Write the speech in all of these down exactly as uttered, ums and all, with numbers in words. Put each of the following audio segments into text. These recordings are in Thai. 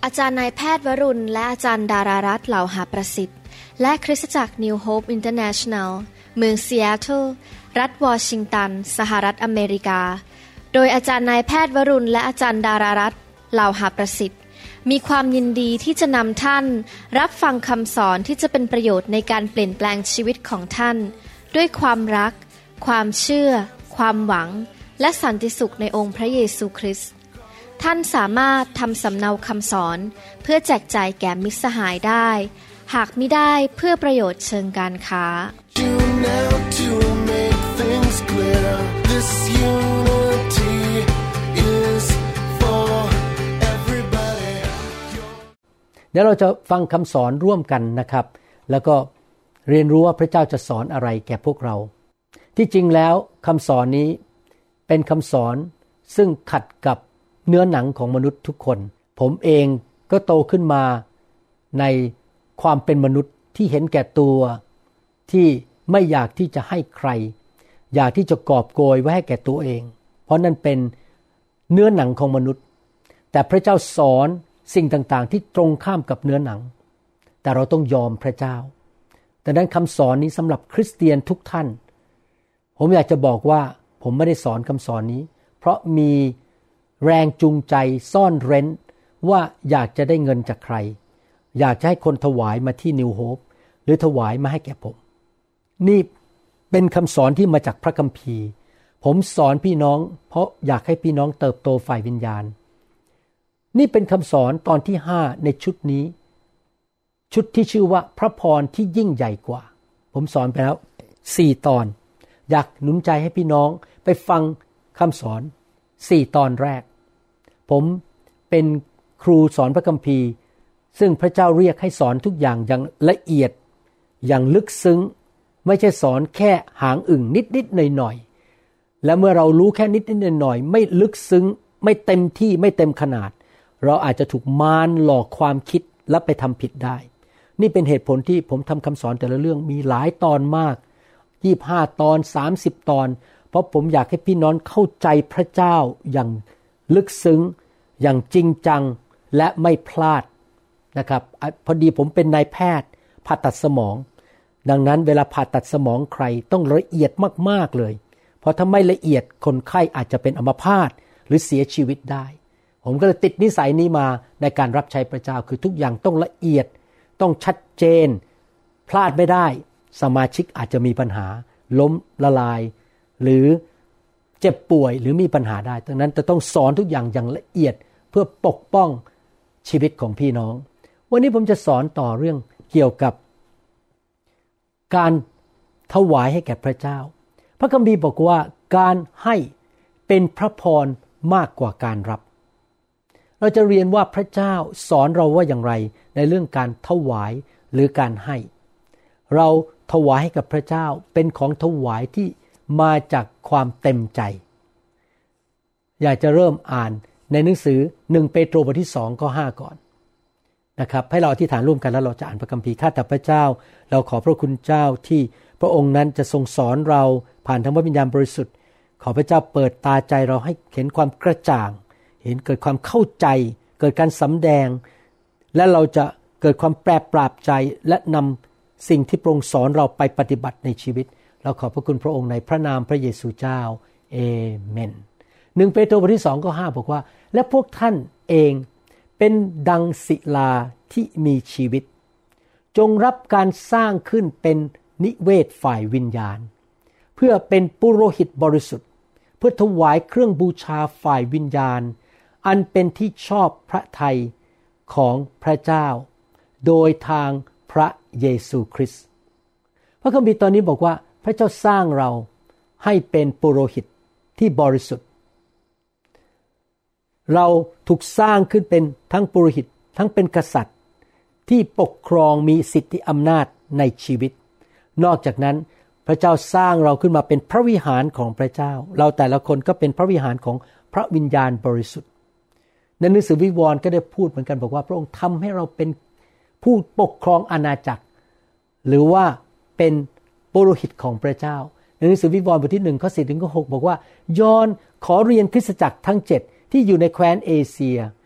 อาจารย์นายแพทย์วรุณและอาจารย์ดารารัตน์เหล่าหาประสิทธิ์และคริสตจักร New Hope International เมืองซีแอตเทิลรัฐวอชิงตันสหรัฐอเมริกาโดยอาจารย์นายแพทย์วรุณและอาจารย์ดารารัตน์เหล่าหาประสิทธิ์มีความยินดีที่จะนำท่านรับฟังคำสอนที่จะเป็นประโยชน์ในการเปลี่ยนแปลงชีวิตของท่านด้วยความรักความเชื่อความหวังและสันติสุขในองค์พระเยซูคริสต์ท่านสามารถทำสำเนาคำสอนเพื่อแจกจ่ายแก่มิตรสหายได้หากมิได้เพื่อประโยชน์เชิงการค้าเดี๋ยวเราจะฟังคำสอนร่วมกันนะครับแล้วก็เรียนรู้ว่าพระเจ้าจะสอนอะไรแก่พวกเราที่จริงแล้วคำสอนนี้เป็นคำสอนซึ่งขัดกับเนื้อหนังของมนุษย์ทุกคนผมเองก็โตขึ้นมาในความเป็นมนุษย์ที่เห็นแก่ตัวที่ไม่อยากที่จะให้ใครอยากที่จะกอบโกยไว้ให้แก่ตัวเองเพราะนั่นเป็นเนื้อหนังของมนุษย์แต่พระเจ้าสอนสิ่งต่างๆที่ตรงข้ามกับเนื้อหนังแต่เราต้องยอมพระเจ้าดังนั้นคำสอนนี้สำหรับคริสเตียนทุกท่านผมอยากจะบอกว่าผมไม่ได้สอนคำสอนนี้เพราะมีแรงจูงใจซ่อนเร้นว่าอยากจะได้เงินจากใครอยากจะให้คนถวายมาที่ New Hope หรือถวายมาให้แก่ผมนี่เป็นคำสอนที่มาจากพระคัมภีร์ผมสอนพี่น้องเพราะอยากให้พี่น้องเติบโตฝ่ายวิญญาณนี่เป็นคำสอนตอนที่ห้าในชุดนี้ชุดที่ชื่อว่าพระพรที่ยิ่งใหญ่กว่าผมสอนไปแล้วสี่ตอนอยากหนุนใจให้พี่น้องไปฟังคำสอนสี่ตอนแรกผมเป็นครูสอนพระคัมภีร์ซึ่งพระเจ้าเรียกให้สอนทุกอย่างอย่างละเอียดอย่างลึกซึ้งไม่ใช่สอนแค่หางอึ่งนิดๆหน่อยๆและเมื่อเรารู้แค่นิดๆหน่อยๆไม่ลึกซึ้งไม่เต็มที่ไม่เต็มขนาดเราอาจจะถูกมารหลอกความคิดและไปทำผิดได้นี่เป็นเหตุผลที่ผมทำคำสอนแต่ละเรื่องมีหลายตอนมากยี่สิบห้าตอนสามสิบตอนเพราะผมอยากให้พี่น้องเข้าใจพระเจ้าอย่างลึกซึ้งอย่างจริงจังและไม่พลาดนะครับพอดีผมเป็นนายแพทย์ผ่าตัดสมองดังนั้นเวลาผ่าตัดสมองใครต้องละเอียดมากๆเลยเพราะถ้าไม่ละเอียดคนไข้อาจจะเป็นอัมพาตหรือเสียชีวิตได้ผมก็เลยติดนิสัยนี้มาในการรับใช้พระเจ้าคือทุกอย่างต้องละเอียดต้องชัดเจนพลาดไม่ได้สมาชิกอาจจะมีปัญหาล้มละลายหรือเจ็บป่วยหรือมีปัญหาได้ดังนั้นจะต้องสอนทุกอย่างอย่างละเอียดเพื่อปกป้องชีวิตของพี่น้องวันนี้ผมจะสอนต่อเรื่องเกี่ยวกับการถวายให้แก่พระเจ้าพระคัมภีร์บอกว่าการให้เป็นพระพรมากกว่าการรับเราจะเรียนว่าพระเจ้าสอนเราว่าอย่างไรในเรื่องการถวายหรือการให้เราถวายให้กับพระเจ้าเป็นของถวายที่มาจากความเต็มใจอยากจะเริ่มอ่านในหนังสือหนึ่งเปโตรบทที่สองข้อห้าก่อนนะครับให้เราอธิษฐานร่วมกันแล้วเราจะอ่านพระคัมภีร์ข้าแต่พระเจ้าเราขอพระคุณเจ้าที่พระองค์นั้นจะทรงสอนเราผ่านทางพระวิญญาณบริสุทธิ์ขอพระเจ้าเปิดตาใจเราให้เห็นความกระจ่างเห็นเกิดความเข้าใจเกิดการสำแดงและเราจะเกิดความแปรปราบใจและนำสิ่งที่พระองค์สอนเราไปปฏิบัติในชีวิตเราขอบพระคุณพระองค์ในพระนามพระเยซูเจ้าเอเมนหนึ่งเปโตรบทที่สองข้อห้าบอกว่าและพวกท่านเองเป็นดังศิลาที่มีชีวิตจงรับการสร้างขึ้นเป็นนิเวศฝ่ายวิญญาณเพื่อเป็นปุโรหิตบริสุทธิ์เพื่อถวายเครื่องบูชาฝ่ายวิญญาณอันเป็นที่ชอบพระทัยของพระเจ้าโดยทางพระเยซูคริสต์พระคัมภีร์ตอนนี้บอกว่าพระเจ้าสร้างเราให้เป็นปุโรหิตที่บริสุทธิ์เราถูกสร้างขึ้นเป็นทั้งปุโรหิตทั้งเป็นกษัตริย์ที่ปกครองมีสิทธิอำนาจในชีวิตนอกจากนั้นพระเจ้าสร้างเราขึ้นมาเป็นพระวิหารของพระเจ้าเราแต่ละคนก็เป็นพระวิหารของพระวิญญาณบริสุทธิ์ในหนังสือวิวรณ์ก็ได้พูดเหมือนกันบอกว่าพระองค์ทำให้เราเป็นผู้ปกครองอาณาจักรหรือว่าเป็นปุโรหิตของพระเจ้าในหนังสือวิวรณ์บทที่หนึ่งข้อสี่ถึงข้อหกบอกว่ายอห์นขอเรียนคริสตจักรทั้งเจ็ดที่อยู่ในแคว้นเอเชีย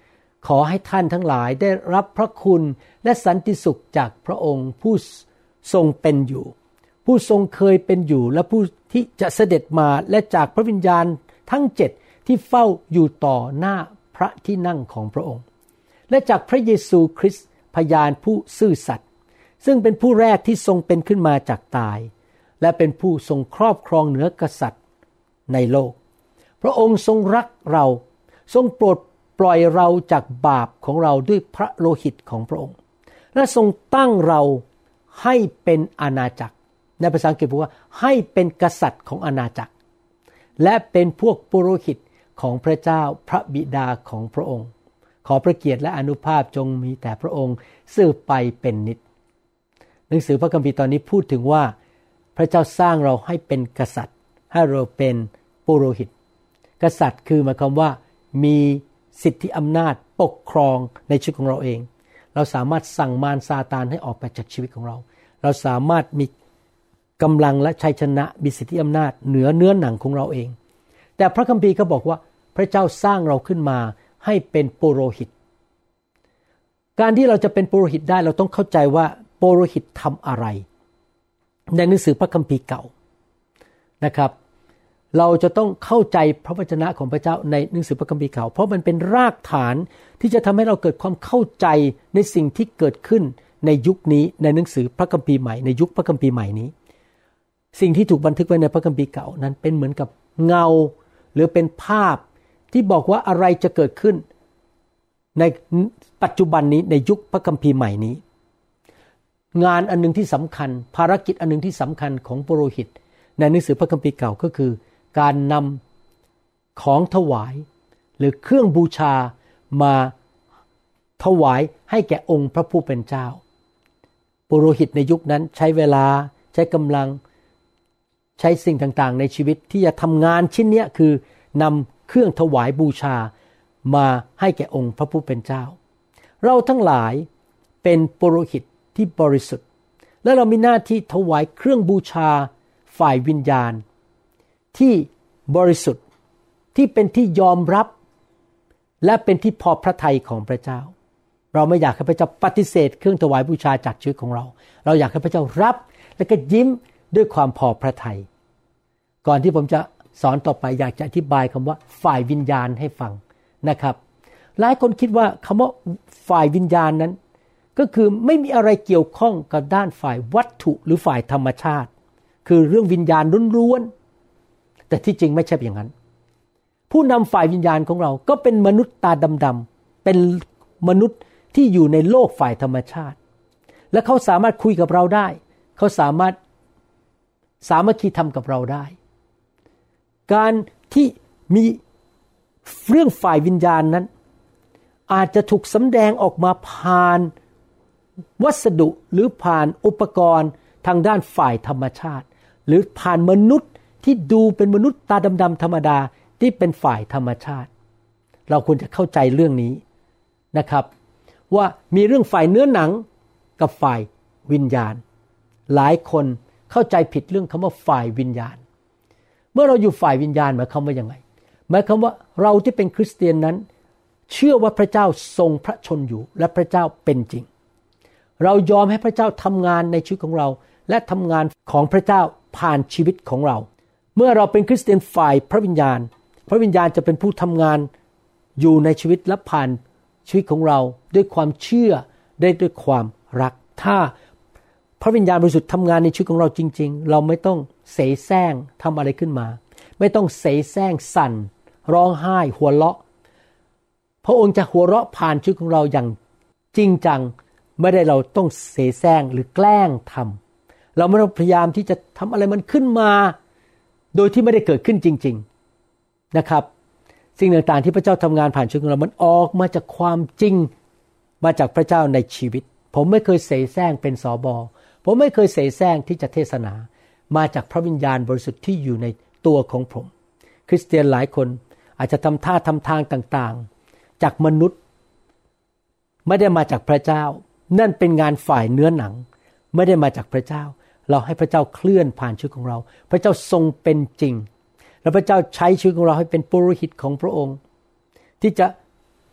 ขอให้ท่านทั้งหลายได้รับพระคุณและสันติสุขจากพระองค์ผู้ทรงเป็นอยู่ผู้ทรงเคยเป็นอยู่และผู้ที่จะเสด็จมาและจากพระวิญญาณทั้งเจ็ดที่เฝ้าอยู่ต่อหน้าพระที่นั่งของพระองค์และจากพระเยซูคริสต์พยานผู้ซื่อสัตย์ซึ่งเป็นผู้แรกที่ทรงเป็นขึ้นมาจากตายและเป็นผู้ทรงครอบครองเหนือกษัตริย์ในโลกพระองค์ทรงรักเราทรงโปรดปล่อยเราจากบาปของเราด้วยพระโลหิตของพระองค์และทรงตั้งเราให้เป็นอาณาจักรในภาษาอังกฤษบอกว่าให้เป็นกษัตริย์ของอาณาจักรและเป็นพวกปุโรหิตของพระเจ้าพระบิดาของพระองค์ขอพระเกียรติและอานุภาพจงมีแต่พระองค์สืบไปเป็นนิจหนังสือพระคัมภีร์ตอนนี้พูดถึงว่าพระเจ้าสร้างเราให้เป็นกษัตริย์ให้เราเป็นปุโรหิตกษัตริย์คือหมายความว่ามีสิทธิอำนาจปกครองในชีวิตของเราเองเราสามารถสั่งมารซาตานให้ออกไปจากชีวิตของเราเราสามารถมีกำลังและชัยชนะมีสิทธิอำนาจเหนือเนื้อหนังของเราเองแต่พระคัมภีร์ก็บอกว่าพระเจ้าสร้างเราขึ้นมาให้เป็นปุโรหิตการที่เราจะเป็นปุโรหิตได้เราต้องเข้าใจว่าปุโรหิตทำอะไรในหนังสือพระคัมภีร์เก่านะครับเราจะต้องเข้าใจพระวจนะของพระเจ้าในหนังสือพระคัมภีร์เก่าเพราะมันเป็นรากฐานที่จะทำให้เราเกิดความเข้าใจในสิ่งที่เกิดขึ้นในยุคนี้ในหนังสือพระคัมภีร์ใหม่ในยุคพระคัมภีร์ใหม่นี้สิ่งที่ถูกบันทึกไว้ในพระคัมภีร์เก่านั้นเป็นเหมือนกับเงาหรือเป็นภาพที่บอกว่าอะไรจะเกิดขึ้นในปัจจุบันนี้ในยุคพระคัมภีร์ใหม่นี้งานอันนึงที่สำคัญภารกิจอันนึงที่สำคัญของปุโรหิตในหนังสือพระคัมภีร์เก่าก็คือการนำของถวายหรือเครื่องบูชามาถวายให้แก่องค์พระผู้เป็นเจ้าปุโรหิตในยุคนั้นใช้เวลาใช้กำลังใช้สิ่งต่างๆในชีวิตที่จะทำงานชิ้นนี้คือนำเครื่องถวายบูชามาให้แก่องค์พระผู้เป็นเจ้าเราทั้งหลายเป็นปุโรหิตที่บริสุทธิ์และเรามีหน้าที่ถวายเครื่องบูชาฝ่ายวิญญาณที่บริสุทธิ์ที่เป็นที่ยอมรับและเป็นที่พอพระทัยของพระเจ้าเราไม่อยากให้พระเจ้าปฏิเสธเครื่องถวายบูชาจากชีวิตของเราเราอยากให้พระเจ้ารับและก็ยิ้มด้วยความพอพระทัยก่อนที่ผมจะสอนต่อไปอยากจะอธิบายคำว่าฝ่ายวิญญาณให้ฟังนะครับหลายคนคิดว่าคำว่าฝ่ายวิญญาณนั้นก็คือไม่มีอะไรเกี่ยวข้องกับด้านฝ่ายวัตถุหรือฝ่ายธรรมชาติคือเรื่องวิญญาณล้วนๆแต่ที่จริงไม่ใช่อย่างนั้นผู้นำฝ่ายวิญญาณของเราก็เป็นมนุษย์ตาดำๆเป็นมนุษย์ที่อยู่ในโลกฝ่ายธรรมชาติและเขาสามารถคุยกับเราได้เขาสามารถสามัคคีธรรมกับเราได้การที่มีเรื่องฝ่ายวิญญาณนั้นอาจจะถูกสำแดงออกมาผ่านวัสดุหรือผ่านอุปกรณ์ทางด้านฝ่ายธรรมชาติหรือผ่านมนุษย์ที่ดูเป็นมนุษย์ตาดำๆธรรมดาที่เป็นฝ่ายธรรมชาติเราควรจะเข้าใจเรื่องนี้นะครับว่ามีเรื่องฝ่ายเนื้อหนังกับฝ่ายวิญญาณหลายคนเข้าใจผิดเรื่องคำว่าฝ่ายวิญญาณเมื่อเราอยู่ฝ่ายวิญญาณหมายความว่ายังไงหมายความว่าเราที่เป็นคริสเตียนนั้นเชื่อว่าพระเจ้าทรงพระชนอยู่และพระเจ้าเป็นจริงเรายอมให้พระเจ้าทำงานในชีวิตของเราและทำงานของพระเจ้าผ่านชีวิตของเราเมื่อเราเป็นคริสเตียนฝ่ายพระวิญญาณพระวิญญาณจะเป็นผู้ทำงานอยู่ในชีวิตและผ่านชีวิตของเราด้วยความเชื่อได้ด้วยความรักถ้าพระวิญญาณบริสุทธิ์ทำงานในชีวิตของเราจริงๆเราไม่ต้องเสแสร้งทำอะไรขึ้นมาไม่ต้องเสแสร้งสั่นร้องไห้หัวเราะพระองค์จะหัวเราะผ่านชีวิตของเราอย่างจริงจังไม่ได้เราต้องเสแสร้งหรือแกล้งทำเราไม่ต้องพยายามที่จะทำอะไรมันขึ้นมาโดยที่ไม่ได้เกิดขึ้นจริงๆนะครับสิ่งต่างๆที่พระเจ้าทำงานผ่านชีวิตของเรามันออกมาจากความจริงมาจากพระเจ้าในชีวิตผมไม่เคยเสแสร้งเป็นสบผมไม่เคยเสแสร้งที่จะเทศนามาจากพระวิญญาณบริสุทธิ์ที่อยู่ในตัวของผมคริสเตียนหลายคนอาจจะทำท่าทำทางต่างๆจากมนุษย์ไม่ได้มาจากพระเจ้านั่นเป็นงานฝ่ายเนื้อหนังไม่ได้มาจากพระเจ้าเราให้พระเจ้าเคลื่อนผ่านชีวิตของเราพระเจ้าทรงเป็นจริงและพระเจ้าใช้ชีวิตของเราให้เป็นปุโรหิตของพระองค์ที่จะ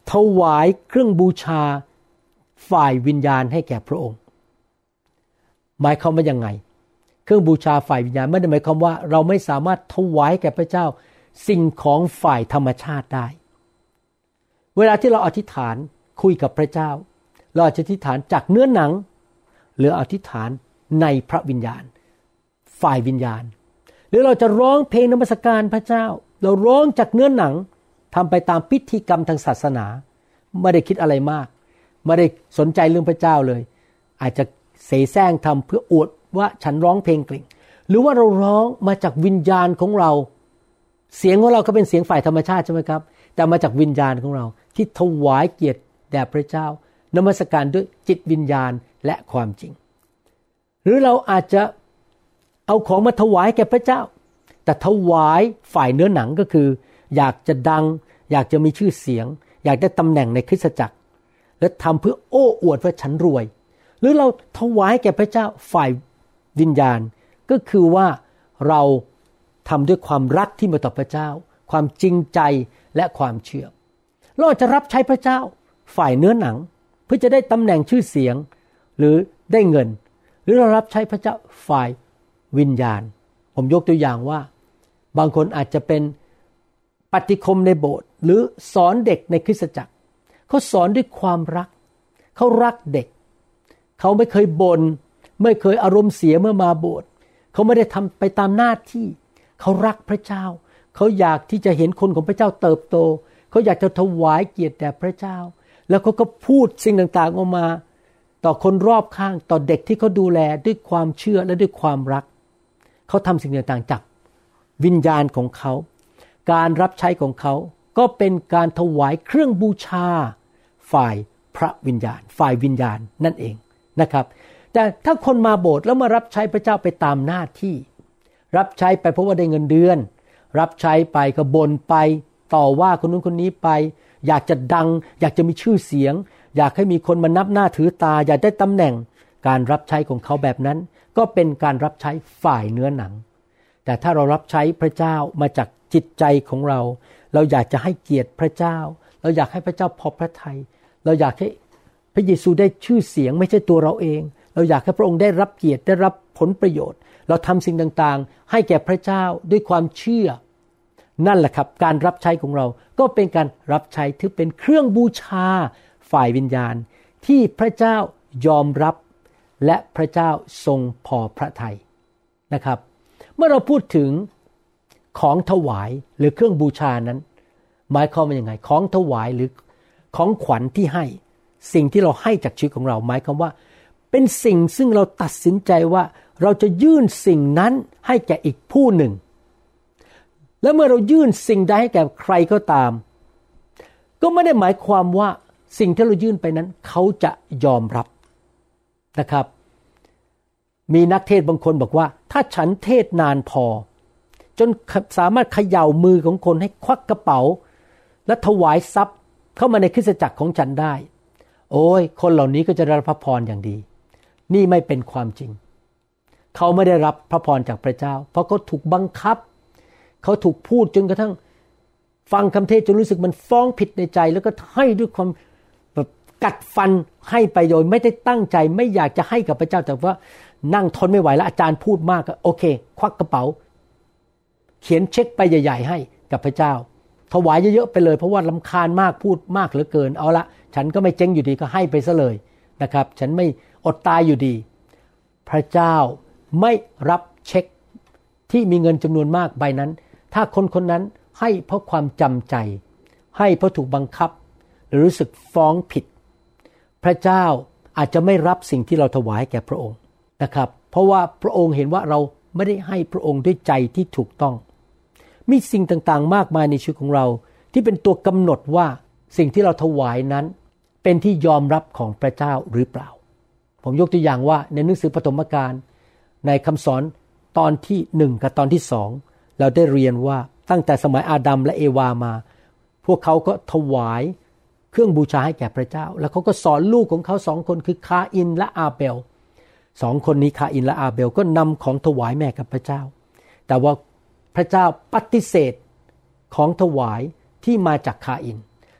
ถวายเครื่องบูชาฝ่ายวิญญาณให้แก่พระองค์หมายความว่ายังไงเครื่องบูชาฝ่ายวิญญาณไม่ได้หมายความว่าเราไม่สามารถถวายแก่พระเจ้าสิ่งของฝ่ายธรรมชาติได้เวลาที่เราอธิษฐานคุยกับพระเจ้าเราอาจจะอธิษฐานจากเนื้อหนังหรืออธิษฐานในพระวิญญาณฝ่ายวิญญาณหรือเราจะร้องเพลงนมัสการพระเจ้าเราร้องจากเนื้อหนังทำไปตามพิธีกรรมทางศาสนาไม่ได้คิดอะไรมากไม่ได้สนใจเรื่องพระเจ้าเลยอาจจะเสแสร้งทำเพื่ออวดว่าฉันร้องเพลงเก่งหรือว่าเราร้องมาจากวิญญาณของเราเสียงของเราก็เป็นเสียงฝ่ายธรรมชาติใช่ไหมครับแต่มาจากวิญญาณของเราที่ถวายเกียรติแด่พระเจ้านมัสการด้วยจิตวิญญาณและความจริงหรือเราอาจจะเอาของมาถวายแก่พระเจ้าแต่ถวายฝ่ายเนื้อหนังก็คืออยากจะดังอยากจะมีชื่อเสียงอยากได้ตำแหน่งในคริสตจักรและทำเพื่อโอ้อวดว่าฉันรวยหรือเราถวายแก่พระเจ้าฝ่ายวิญญาณก็คือว่าเราทำด้วยความรักที่มีต่อพระเจ้าความจริงใจและความเชื่อเราจะรับใช้พระเจ้าฝ่ายเนื้อหนังเพื่อจะได้ตำแหน่งชื่อเสียงหรือได้เงินหรือเรารับใช้พระเจ้าฝ่ายวิญญาณผมยกตัวอย่างว่าบางคนอาจจะเป็นปฏิคมในโบสถ์หรือสอนเด็กในคริสตจักรเขาสอนด้วยความรักเขารักเด็กเขาไม่เคยบ่นไม่เคยอารมณ์เสียเมื่อมาโบสถ์เขาไม่ได้ทำไปตามหน้าที่เขารักพระเจ้าเขาอยากที่จะเห็นคนของพระเจ้าเติบโตเขาอยากจะถวายเกียรติแด่พระเจ้าแล้วเขาก็พูดสิ่งต่างๆออกมาต่อคนรอบข้างต่อเด็กที่เขาดูแลด้วยความเชื่อและด้วยความรักเขาทำสิ่งต่างๆจากวิญญาณของเขาการรับใช้ของเขาก็เป็นการถวายเครื่องบูชาฝ่ายพระวิญญาณฝ่ายวิญญาณนั่นเองนะครับแต่ถ้าคนมาโบสถ์แล้วมารับใช้พระเจ้าไปตามหน้าที่รับใช้ไปเพราะว่าได้เงินเดือนรับใช้ไปก็บ่นไปต่อว่าคนนู้นคนนี้ไปอยากจะดังอยากจะมีชื่อเสียงอยากให้มีคนมานับหน้าถือตาอยากได้ตำแหน่งการรับใช้ของเขาแบบนั้นก็เป็นการรับใช้ฝ่ายเนื้อหนังแต่ถ้าเรารับใช้พระเจ้ามาจากจิตใจของเราเราอยากจะให้เกียรติพระเจ้าเราอยากให้พระเจ้าพอพระทัยเราอยากให้พระเยซูได้ชื่อเสียงไม่ใช่ตัวเราเองเราอยากให้พระองค์ได้รับเกียรติได้รับผลประโยชน์เราทำสิ่งต่างๆให้แก่พระเจ้าด้วยความเชื่อนั่นแหละครับการรับใช้ของเราก็เป็นการรับใช้ที่เป็นเครื่องบูชาฝ่ายวิญญาณที่พระเจ้ายอมรับและพระเจ้าทรงพอพระทัยนะครับเมื่อเราพูดถึงของถวายหรือเครื่องบูชานั้นหมายความว่ายังไงของถวายหรือของขวัญที่ให้สิ่งที่เราให้จากชีวิตของเราหมายความว่าเป็นสิ่งซึ่งเราตัดสินใจว่าเราจะยื่นสิ่งนั้นให้แก่อีกผู้หนึ่งและเมื่อเรายื่นสิ่งใดให้แก่ใครก็ตามก็ไม่ได้หมายความว่าสิ่งที่เรายื่นไปนั้นเขาจะยอมรับนะครับมีนักเทศน์บางคนบอกว่าถ้าฉันเทศนานพอจนสามารถเขย่ามือของคนให้ควักกระเป๋าและถวายทรัพย์เข้ามาในคริสตจักรของฉันได้โอ้ยคนเหล่านี้ก็จะได้รับพระพรอย่างดีนี่ไม่เป็นความจริงเขาไม่ได้รับพระพรจากพระเจ้าเพราะเขาถูกบังคับเขาถูกพูดจนกระทั่งฟังคำเทศน์จนรู้สึกมันฟ้องผิดในใจแล้วก็ให้ด้วยความแบบกัดฟันให้ไปโดยไม่ได้ตั้งใจไม่อยากจะให้กับพระเจ้าแต่ว่านั่งทนไม่ไหวแล้วอาจารย์พูดมากก็โอเคควักกระเป๋าเขียนเช็คไปใหญ่ๆให้กับพระเจ้าถวายเยอะๆไปเลยเพราะว่ารำคาญมากพูดมากเหลือเกินเอาละฉันก็ไม่เจ๊งอยู่ดีก็ให้ไปซะเลยนะครับฉันไม่อดตายอยู่ดีพระเจ้าไม่รับเช็คที่มีเงินจำนวนมากใบนั้นถ้าคนคนนั้นให้เพราะความจำใจให้เพราะถูกบังคับหรือรู้สึกฟ้องผิดพระเจ้าอาจจะไม่รับสิ่งที่เราถวายแก่พระองค์นะครับเพราะว่าพระองค์เห็นว่าเราไม่ได้ให้พระองค์ด้วยใจที่ถูกต้องมีสิ่งต่างๆมากมายในชีวิตของเราที่เป็นตัวกำหนดว่าสิ่งที่เราถวายนั้นเป็นที่ยอมรับของพระเจ้าหรือเปล่าผมยกตัวอย่างว่าในหนังสือปฐมกาลในคำสอนตอนที่หนึ่งกับตอนที่สองเราได้เรียนว่าตั้งแต่สมัยอาดัมและเอวามาพวกเขาก็ถวายเครื่องบูชาให้แก่พระเจ้าแล้วเขาก็สอนลูกของเขาสองคนคือคาอินและอาเบลสองคนนี้คาอินและอาเบลก็นำของถวายแม่กับพระเจ้าแต่ว่าพระเจ้าปฏิเสธของถวายที่มาจากคาอิน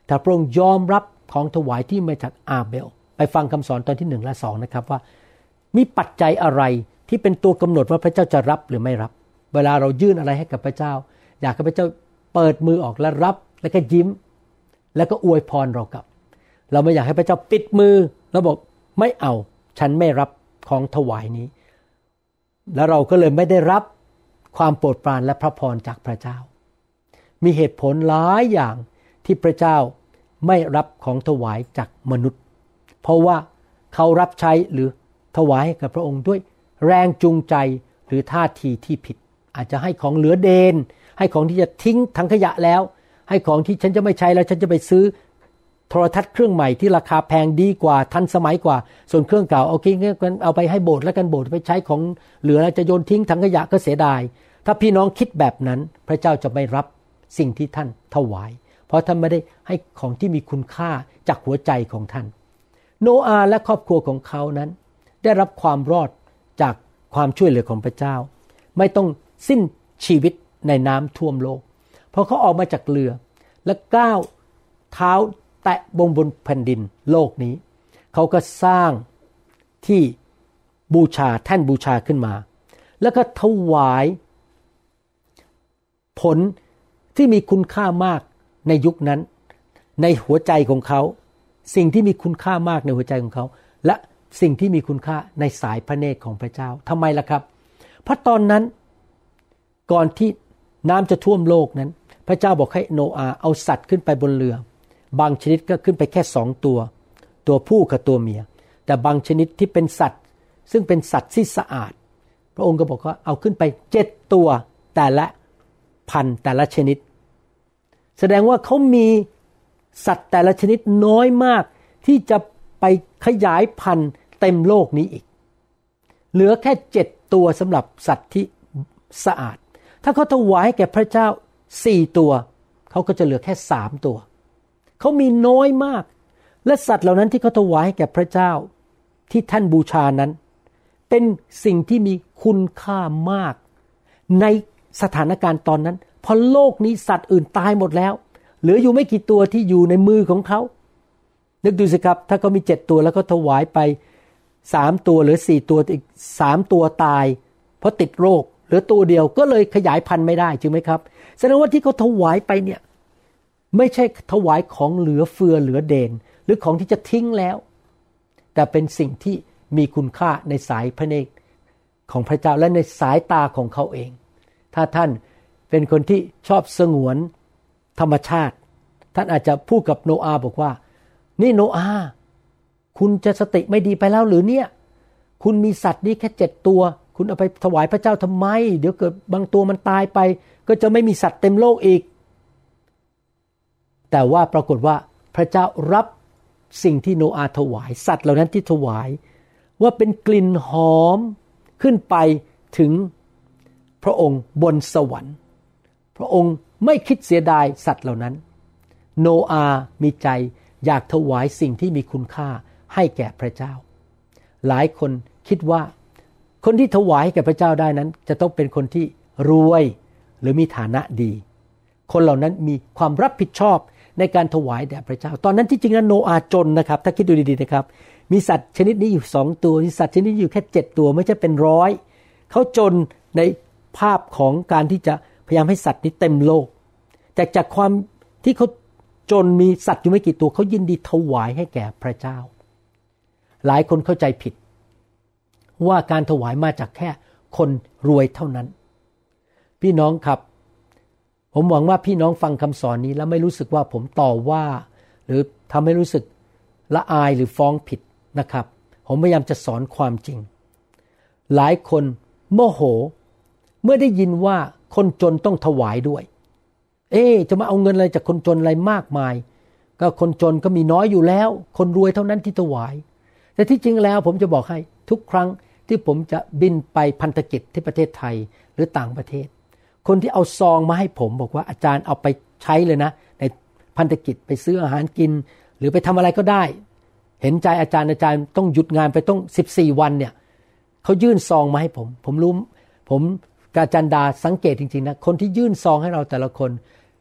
แต่พระองค์ยอมรับของถวายที่มาจากอาเบลไปฟังคำสอนตอนที่หนึ่งและสองนะครับว่ามีปัจจัยอะไรที่เป็นตัวกำหนดว่าพระเจ้าจะรับหรือไม่รับเวลาเรายื่นอะไรให้กับพระเจ้าอยากให้พระเจ้าเปิดมือออกและรับแล้วก็ยิ้มแล้วก็อวยพรเรากลับเราไม่อยากให้พระเจ้าปิดมือแล้วบอกไม่เอาฉันไม่รับของถวายนี้แล้วเราก็เลยไม่ได้รับความโปรดปรานและพระพรจากพระเจ้ามีเหตุผลหลายอย่างที่พระเจ้าไม่รับของถวายจากมนุษย์เพราะว่าเขารับใช้หรือถวายให้กับพระองค์ด้วยแรงจูงใจหรือท่าทีที่ผิดอาจจะให้ของเหลือเดนให้ของที่จะทิ้งถังขยะแล้วให้ของที่ฉันจะไม่ใช้แล้วฉันจะไปซื้อโทรทัศน์เครื่องใหม่ที่ราคาแพงดีกว่าทันสมัยกว่าส่วนเครื่องเก่าโอเคงั้นเอาไปให้โบสถ์แล้วกันโบสถ์ไปใช้ของเหลือจะโยนทิ้งถังขยะก็เสียดายถ้าพี่น้องคิดแบบนั้นพระเจ้าจะไม่รับสิ่งที่ท่านถวายเพราะท่านไม่ได้ให้ของที่มีคุณค่าจากหัวใจของท่านโนอาห์และครอบครัวของเขานั้นได้รับความรอดจากความช่วยเหลือของพระเจ้าไม่ต้องสิ้นชีวิตในน้ำท่วมโลกเพราะเขาออกมาจากเรือและก้าวเท้าแตะบนบนแผ่นดินโลกนี้เขาก็สร้างที่บูชาแท่นบูชาขึ้นมาแล้วก็ถวายผลที่มีคุณค่ามากในยุคนั้นในหัวใจของเขาสิ่งที่มีคุณค่ามากในหัวใจของเขาและสิ่งที่มีคุณค่าในสายพระเนตรของพระเจ้าทำไมล่ะครับเพราะตอนนั้นก่อนที่น้ำจะท่วมโลกนั้นพระเจ้าบอกให้โนอาห์เอาสัตว์ขึ้นไปบนเรือบางชนิดก็ขึ้นไปแค่สองตัวตัวผู้กับตัวเมียแต่บางชนิดที่เป็นสัตว์ซึ่งเป็นสัตว์ที่สะอาดพระองค์ก็บอกว่าเอาขึ้นไปเจ็ดตัวแต่ละพันแต่ละชนิดแสดงว่าเขามีสัตว์แต่ละชนิดน้อยมากที่จะไปขยายพันธุ์เต็มโลกนี้อีกเหลือแค่เจ็ดตัวสำหรับสัตว์ที่สะอาดถ้าเขาถวายแก่พระเจ้าสี่ตัวเขาก็จะเหลือแค่สามตัวเขามีน้อยมากและสัตว์เหล่านั้นที่เขาถวายให้แก่พระเจ้าที่ท่านบูชานั้นเป็นสิ่งที่มีคุณค่ามากในสถานการณ์ตอนนั้นพอโลกนี้สัตว์อื่นตายหมดแล้วเหลืออยู่ไม่กี่ตัวที่อยู่ในมือของเขานึกดูสิครับถ้าเขามีเจ็ดตัวแล้วก็ถวายไปสามตัวหรือสี่ตัวอีกสามตัวตายเพราะติดโรคเหลือตัวเดียวก็เลยขยายพันธุ์ไม่ได้จริงไหมครับแสดงว่าที่เขาถวายไปเนี่ยไม่ใช่ถวายของเหลือเฟือเหลือเดนหรือของที่จะทิ้งแล้วแต่เป็นสิ่งที่มีคุณค่าในสายพระเนตรของพระเจ้าและในสายตาของเขาเองถ้าท่านเป็นคนที่ชอบสงวนธรรมชาติท่านอาจจะพูดกับโนอาห์บอกว่านี่โนอาห์คุณจะสติไม่ดีไปแล้วหรือเนี่ยคุณมีสัตว์นี้แค่เจ็ดตัวคุณเอาไปถวายพระเจ้าทำไมเดี๋ยวเกิดบางตัวมันตายไปก็จะไม่มีสัตว์เต็มโลกอีกแต่ว่าปรากฏว่าพระเจ้ารับสิ่งที่โนอาห์ถวายสัตว์เหล่านั้นที่ถวายว่าเป็นกลิ่นหอมขึ้นไปถึงพระองค์บนสวรรค์พระองค์ไม่คิดเสียดายสัตว์เหล่านั้นโนอาห์มีใจอยากถวายสิ่งที่มีคุณค่าให้แก่พระเจ้าหลายคนคิดว่าคนที่ถวายให้แก่พระเจ้าได้นั้นจะต้องเป็นคนที่รวยหรือมีฐานะดีคนเหล่านั้นมีความรับผิดชอบในการถวายแด่พระเจ้าตอนนั้นที่จริงแล้วโนอาห์จนนะครับถ้าคิดดูดีๆนะครับมีสัตว์ชนิดนี้อยู่สองตัวมีสัตว์ชนิดนี้อยู่แค่เจ็ดตัวไม่ใช่เป็นร้อยเขาจนในภาพของการที่จะพยายามให้สัตว์นี้เต็มโลกแต่จากความที่เขาจนมีสัตว์อยู่ไม่กี่ตัวเขายินดีถวายให้แก่พระเจ้าหลายคนเข้าใจผิดว่าการถวายมาจากแค่คนรวยเท่านั้นพี่น้องครับผมหวังว่าพี่น้องฟังคำสอนนี้แล้วไม่รู้สึกว่าผมต่อว่าหรือทำให้รู้สึกละอายหรือฟ้องผิดนะครับผมพยายามจะสอนความจริงหลายคนโมโหเมื่อได้ยินว่าคนจนต้องถวายด้วยเอ๊ะจะมาเอาเงินอะไรจากคนจนอะไรมากมายก็คนจนก็มีน้อยอยู่แล้วคนรวยเท่านั้นที่ถวายแต่ที่จริงแล้วผมจะบอกให้ทุกครั้งที่ผมจะบินไปพันธกิจที่ประเทศไทยหรือต่างประเทศคนที่เอาซองมาให้ผมบอกว่าอาจารย์เอาไปใช้เลยนะในพันธกิจไปซื้ออาหารกินหรือไปทำอะไรก็ได้เห็นใจอาจารย์อาจารย์ต้องหยุดงานไปต้องสิบสี่วันเนี่ยเขายื่นซองมาให้ผมผมรู้ผมกาจันดาสังเกตจริงๆนะคนที่ยื่นซองให้เราแต่ละคน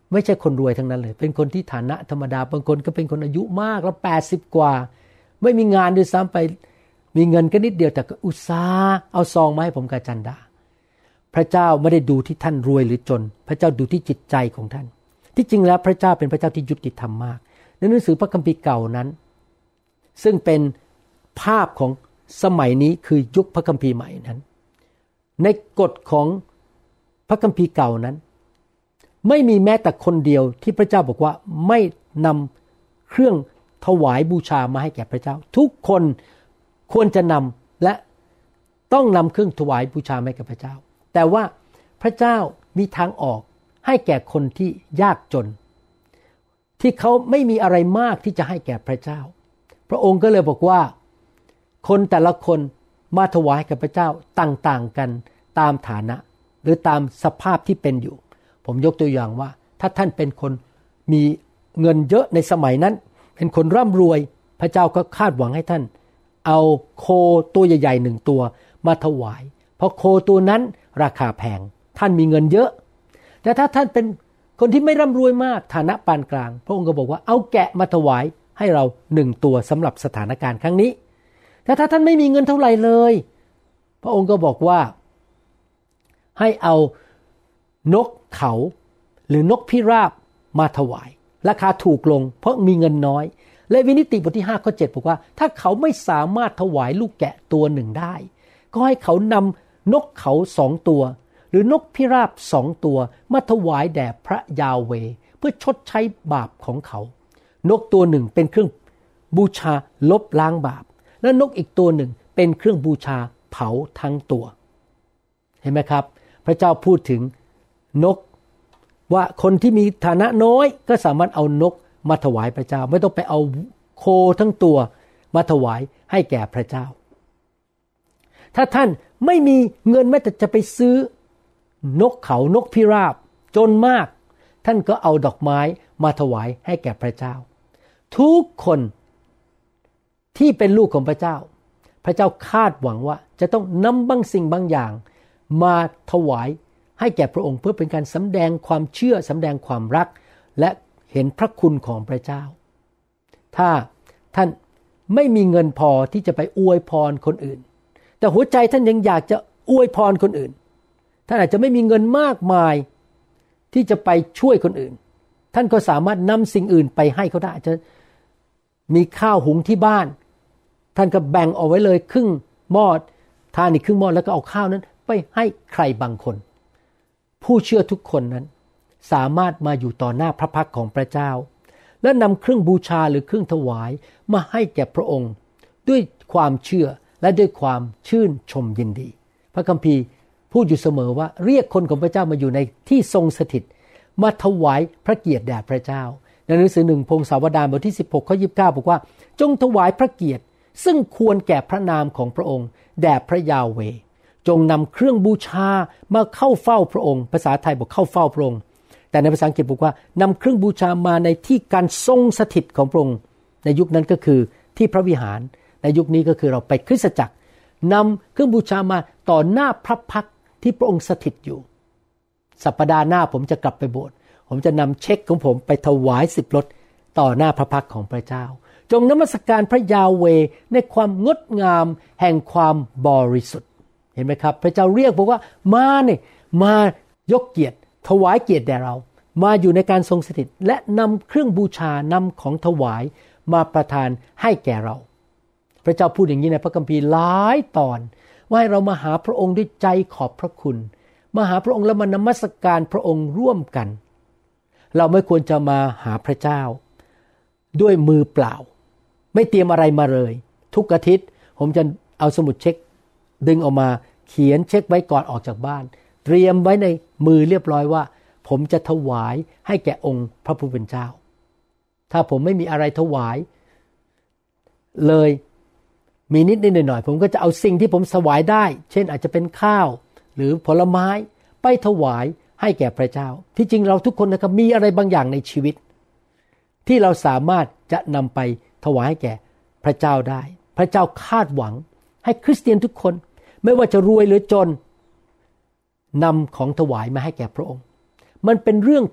ไม่ใช่คนรวยทั้งนั้นเลยเป็นคนที่ฐานะธรรมดาบางคนก็เป็นคนอายุมากแล้วแปดสิบกว่าไม่มีงานด้วยซ้ำไปมีเงินก็นิดเดียวแต่ก็อุตส่าห์เอาซองมาให้ผมกับจันดาพระเจ้าไม่ได้ดูที่ท่านรวยหรือจนพระเจ้าดูที่จิตใจของท่านที่จริงแล้วพระเจ้าเป็นพระเจ้าที่ยุติธรรมมากในหนังสือพระคัมภีร์เก่านั้นซึ่งเป็นภาพของสมัยนี้คือยุคพระคัมภีร์ใหม่นั้นในกฎของพระคัมภีร์เก่านั้นไม่มีแม้แต่คนเดียวที่พระเจ้าบอกว่าไม่นำเครื่องถวายบูชามาให้แก่พระเจ้าทุกคนควรจะนำและต้องนำเครื่องถวายบูชาให้แก่พระเจ้าแต่ว่าพระเจ้ามีทางออกให้แก่คนที่ยากจนที่เขาไม่มีอะไรมากที่จะให้แก่พระเจ้าพระองค์ก็เลยบอกว่าคนแต่ละคนมาถวายกับพระเจ้าต่างๆกันตามฐานะหรือตามสภาพที่เป็นอยู่ผมยกตัวอย่างว่าถ้าท่านเป็นคนมีเงินเยอะในสมัยนั้นเป็นคนร่ำรวยพระเจ้าก็คาดหวังให้ท่านเอาโคตัวใหญ่ๆหนึ่งตัวมาถวายเพราะโคตัวนั้นราคาแพงท่านมีเงินเยอะแต่ถ้าท่านเป็นคนที่ไม่ร่ำรวยมากฐานะปานกลางพระองค์ก็บอกว่าเอาแกะมาถวายให้เราหนึ่งตัวสำหรับสถานการณ์ครั้งนี้แต่ถ้าท่านไม่มีเงินเท่าไหร่เลยพระองค์ก็บอกว่าให้เอานกเขาหรือนกพิราบมาถวายราคาถูกลงเพราะมีเงินน้อยเลวีนิติบทที่ห้าข้อเจ็ดบอกว่าถ้าเขาไม่สามารถถวายลูกแกะตัวหนึ่งได้ก็ให้เขานำนกเขาสองตัวหรือนกพิราบสองตัวมาถวายแด่พระยาเวห์เพื่อชดใช้บาปของเขานกตัวหนึ่งเป็นเครื่องบูชาลบล้างบาปและนกอีกตัวหนึ่งเป็นเครื่องบูชาเผาทั้งตัวเห็นไหมครับพระเจ้าพูดถึงนกว่าคนที่มีฐานะน้อยก็สามารถเอานกมาถวายพระเจ้าไม่ต้องไปเอาโคทั้งตัวมาถวายให้แก่พระเจ้าถ้าท่านไม่มีเงินแม้แต่จะไปซื้อนกเขานกพิราบจนมากท่านก็เอาดอกไม้มาถวายให้แก่พระเจ้าทุกคนที่เป็นลูกของพระเจ้าพระเจ้าคาดหวังว่าจะต้องนำบางสิ่งบางอย่างมาถวายให้แก่พระองค์เพื่อเป็นการสำแดงความเชื่อสำแดงความรักและเห็นพระคุณของพระเจ้าถ้าท่านไม่มีเงินพอที่จะไปอวยพรคนอื่นแต่หัวใจท่านยังอยากจะอวยพรคนอื่นท่านอาจจะไม่มีเงินมากมายที่จะไปช่วยคนอื่นท่านก็สามารถนำสิ่งอื่นไปให้เขาได้อาจจะมีข้าวหุงที่บ้านท่านก็แบ่งเอาไว้เลยครึ่งหม้อทานอีกครึ่งหม้อแล้วก็เอาข้าวนั้นไปให้ใครบางคนผู้เชื่อทุกคนนั้นสามารถมาอยู่ต่อหน้าพระพักของพระเจ้าและนำเครื่องบูชาหรือเครื่องถวายมาให้แก่พระองค์ด้วยความเชื่อและด้วยความชื่นชมยินดีพระคัมภีร์พูดอยู่เสมอว่าเรียกคนของพระเจ้ามาอยู่ในที่ทรงสถิตมาถวายพระเกียรติแด่พระเจ้าในหนังสือหนึ่งพงศาวดารบทที่สิบหกข้อยี่สิบเก้าบอกว่าจงถวายพระเกียรติซึ่งควรแก่พระนามของพระองค์แด่พระยาเวห์จงนำเครื่องบูชามาเข้าเฝ้าพระองค์ภาษาไทยบอกเข้าเฝ้าพระองค์แต่ในภาษาอังกฤษบอกว่านำเครื่องบูชามาในที่การทรงสถิตของพระองค์ในยุคนั้นก็คือที่พระวิหารในยุคนี้ก็คือเราไปคริสตจักรนำเครื่องบูชามาต่อหน้าพระพักตร์ที่พระองค์สถิตอยู่สัปดาห์หน้าผมจะกลับไปโบสถ์ผมจะนำเช็คของผมไปถวายสิบรถต่อหน้าพระพักตร์ของพระเจ้าจงนมัสการพระยาเวห์ในความงดงามแห่งความบริสุทธิ์เห็นไหมครับพระเจ้าเรียกบอกว่ามาเนี่ยมายกเกียรติถวายเกียรติแด่เรามาอยู่ในการทรงสถิตและนำเครื่องบูชานำของถวายมาประทานให้แก่เราพระเจ้าพูดอย่างนี้ในพระคัมภีร์หลายตอนว่าให้เรามาหาพระองค์ด้วยใจขอบพระคุณมาหาพระองค์แล้วมานมัสการพระองค์ร่วมกันเราไม่ควรจะมาหาพระเจ้าด้วยมือเปล่าไม่เตรียมอะไรมาเลยทุกอาทิตย์ผมจะเอาสมุดเช็คดึงออกมาเขียนเช็คไว้ก่อนออกจากบ้านเตรียมไว้ในมือเรียบร้อยว่าผมจะถวายให้แก่องค์พระผู้เป็นเจ้าถ้าผมไม่มีอะไรถวายเลยมีนิดนิดหน่อยหน่อยผมก็จะเอาสิ่งที่ผมถวายได้เช่นอาจจะเป็นข้าวหรือผลไม้ไปถวายให้แก่พระเจ้าที่จริงเราทุกคนนะครับมีอะไรบางอย่างในชีวิตที่เราสามารถจะนำไปถวายให้แก่พระเจ้าได้พระเจ้าคาดหวังให้คริสเตียนทุกคนไม่ว่าจะรวยหรือจนนำของถวายมาให้แก่พระองค์มันเป็นเรื่องของ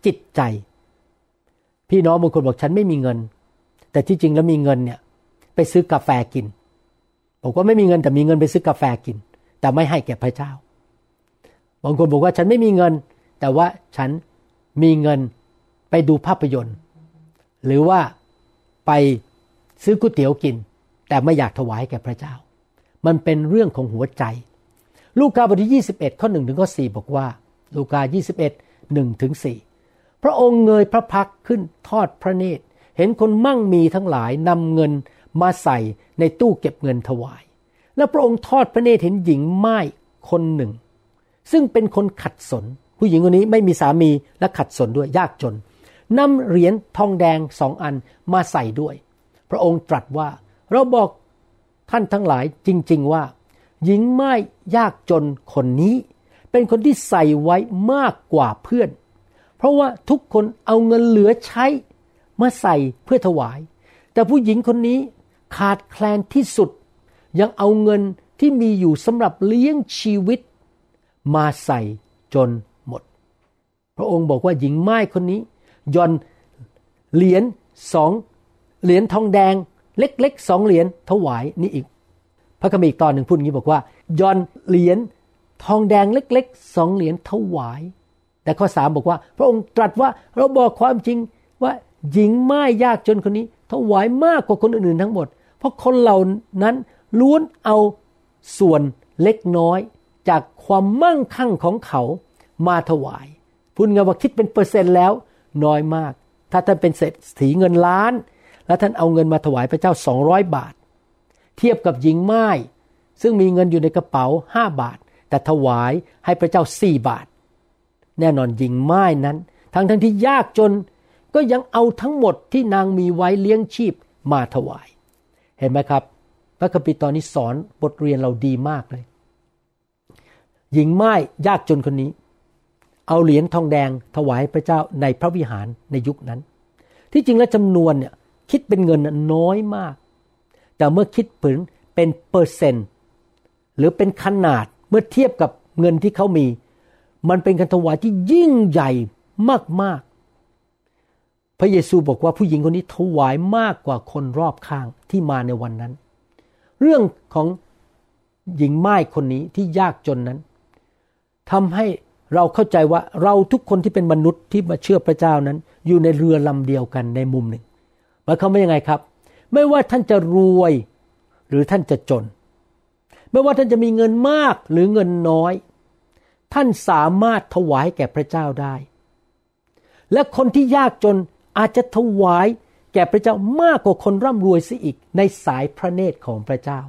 จิตใจพี่น้องบางคนบอกฉันไม่มีเงินแต่ที่จริงแล้วมีเงินเนี่ยไปซื้อกาแฟกินบอกว่าไม่มีเงินแต่มีเงินไปซื้อกาแฟกินแต่ไม่ให้แก่พระเจ้าบางคนบอกว่าฉันไม่มีเงินแต่ว่าฉันมีเงินไปดูภาพยนตร์หรือว่าไปซื้อก๋วยเตี๋ยวกินแต่ไม่อยากถวายแก่พระเจ้ามันเป็นเรื่องของหัวใจลูกาบทที่ยี่สิบเอ็ดข้อหนึ่งถึงข้อสี่บอกว่าลูกายี่สิบเอ็ด หนึ่งถึงสี่พระองค์เงยพระพักตร์ขึ้นทอดพระเนตรเห็นคนมั่งมีทั้งหลายนำเงินมาใส่ในตู้เก็บเงินถวายแล้วพระองค์ทอดพระเนตรเห็นหญิงม่ายคนหนึ่งซึ่งเป็นคนขัดสนผู้หญิงคนนี้ไม่มีสามีและขัดสนด้วยยากจนนำเหรียญทองแดงสองอันมาใส่ด้วยพระองค์ตรัสว่าเราบอกท่านทั้งหลายจริงๆว่าหญิงม่ายยากจนคนนี้เป็นคนที่ใส่ไว้มากกว่าเพื่อนเพราะว่าทุกคนเอาเงินเหลือใช้มาใส่เพื่อถวายแต่ผู้หญิงคนนี้ขาดแคลนที่สุดยังเอาเงินที่มีอยู่สำหรับเลี้ยงชีวิตมาใส่จนหมดพระองค์บอกว่าหญิงม่ายคนนี้ย่อนเหรียญสองเหรียญทองแดงเล็กๆสองเหรียญถวายนี่อีกพระคัมภีร์อีกตอนหนึ่งพูดอย่างนี้บอกว่าย่อนเหรียญทองแดงเล็กๆสองเหรียญถวายแต่ข้อสามบอกว่าพระองค์ตรัสว่าเราบอกความจริงว่าหญิงม่ายยากจนคนนี้ถวายมากกว่าคนอื่นๆทั้งหมดเพราะคนเหล่านั้นล้วนเอาส่วนเล็กน้อยจากความมั่งคั่งของเขามาถวายพูดง่ายว่าคิดเป็นเปอร์เซ็นต์แล้วน้อยมากถ้าท่านเป็นเศรษฐีเงินล้านแล้วท่านเอาเงินมาถวายพระเจ้าสองร้อยบาทเทียบกับหญิงม่ายซึ่งมีเงินอยู่ในกระเป๋าห้าบาทแต่ถวายให้พระเจ้าสี่บาทแน่นอนหญิงม่ายนั้นทั้งทั้งที่ยากจนก็ยังเอาทั้งหมดที่นางมีไว้เลี้ยงชีพมาถวายเห็นไหมครับพระคัมภีร์ตอนนี้สอนบทเรียนเราดีมากเลยหญิงม่ายยากจนคนนี้เอาเหรียญทองแดงถวายพระเจ้าในพระวิหารในยุคนั้นที่จริงแล้วจำนวนเนี่ยคิดเป็นเงินน้อยมากแต่เมื่อคิดเป็นเป็นเปอร์เซ็นต์หรือเป็นขนาดเมื่อเทียบกับเงินที่เขามีมันเป็นการถวายที่ยิ่งใหญ่มากๆพระเยซูบอกว่าผู้หญิงคนนี้ถวายมากกว่าคนรอบข้างที่มาในวันนั้นเรื่องของหญิงม่ายคนนี้ที่ยากจนนั้นทำให้เราเข้าใจว่าเราทุกคนที่เป็นมนุษย์ที่มาเชื่อพระเจ้านั้นอยู่ในเรือลำเดียวกันในมุมหนึ่งหมายความว่ายังไงครับไม่ว่าท่านจะรวยหรือท่านจะจนไม่ว่าท่านจะมีเงินมากหรือเงินน้อยท่านสามารถถวายแก่พระเจ้าได้และคนที่ยากจนอาจจะถวายแก่พระเจ้ามากกว่าคนร่ำรวยเสียอีกในสายพระเนตรของพระเจ้า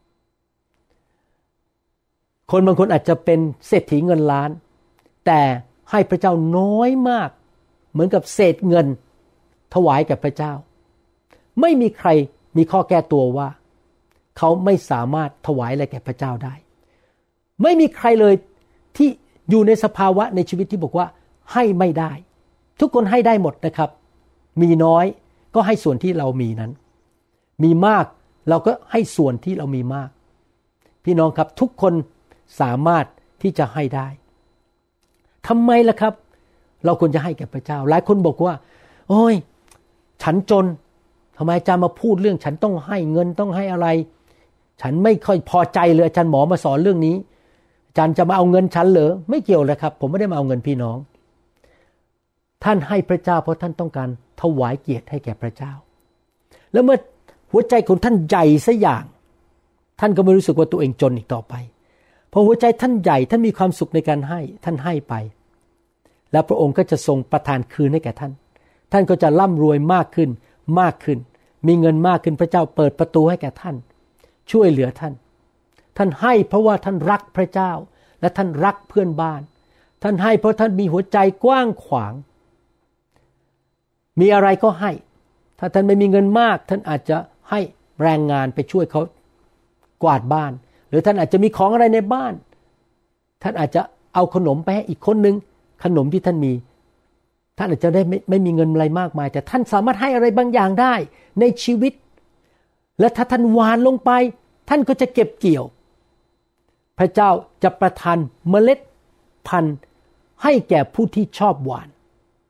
คนบางคนอาจจะเป็นเศรษฐีเงินล้านแต่ให้พระเจ้าน้อยมากเหมือนกับเศษเงินถวายแก่พระเจ้าไม่มีใครมีข้อแก้ตัวว่าเขาไม่สามารถถวายอะไรแก่พระเจ้าได้ไม่มีใครเลยที่อยู่ในสภาวะในชีวิตที่บอกว่าให้ไม่ได้ทุกคนให้ได้หมดนะครับมีน้อยก็ให้ส่วนที่เรามีนั้นมีมากเราก็ให้ส่วนที่เรามีมากพี่น้องครับทุกคนสามารถที่จะให้ได้ทำไมล่ะครับเราควรจะให้แก่พระเจ้าหลายคนบอกว่าโอ้ยฉันจนทำไมอาจารย์มาพูดเรื่องฉันต้องให้เงินต้องให้อะไรฉันไม่ค่อยพอใจเลยอาจารย์หมอมาสอนเรื่องนี้อาจารย์จะมาเอาเงินฉันเหรอไม่เกี่ยวเลยครับผมไม่ได้มาเอาเงินพี่น้องท่านให้พระเจ้าเพราะท่านต้องการถวายเกียรติให้แก่พระเจ้าแล้วเมื่อหัวใจของท่านใหญ่ซะอย่างท่านก็ไม่รู้สึกว่าตัวเองจนอีกต่อไปพอหัวใจท่านใหญ่ท่านมีความสุขในการให้ท่านให้ไปแล้วพระองค์ก็จะทรงประทานคืนให้แก่ท่านท่านก็จะร่ำรวยมากขึ้นมากขึ้นมีเงินมากขึ้นพระเจ้าเปิดประตูให้แก่ท่านช่วยเหลือท่านท่านให้เพราะว่าท่านรักพระเจ้าและท่านรักเพื่อนบ้านท่านให้เพราะท่านมีหัวใจกว้างขวางมีอะไรก็ให้ถ้าท่านไม่มีเงินมากท่านอาจจะให้แรงงานไปช่วยเขากวาดบ้านหรือท่านอาจจะมีของอะไรในบ้านท่านอาจจะเอาขนมไปให้อีกคนนึงขนมที่ท่านมีท่านอาจจะได้ไม่ไม่มีเงินอะไรมากมายแต่ท่านสามารถให้อะไรบางอย่างได้ในชีวิตและถ้าท่านหว่านลงไปท่านก็จะเก็บเกี่ยวพระเจ้าจะประทานเมล็ดพันธุ์ให้แก่ผู้ที่ชอบหว่าน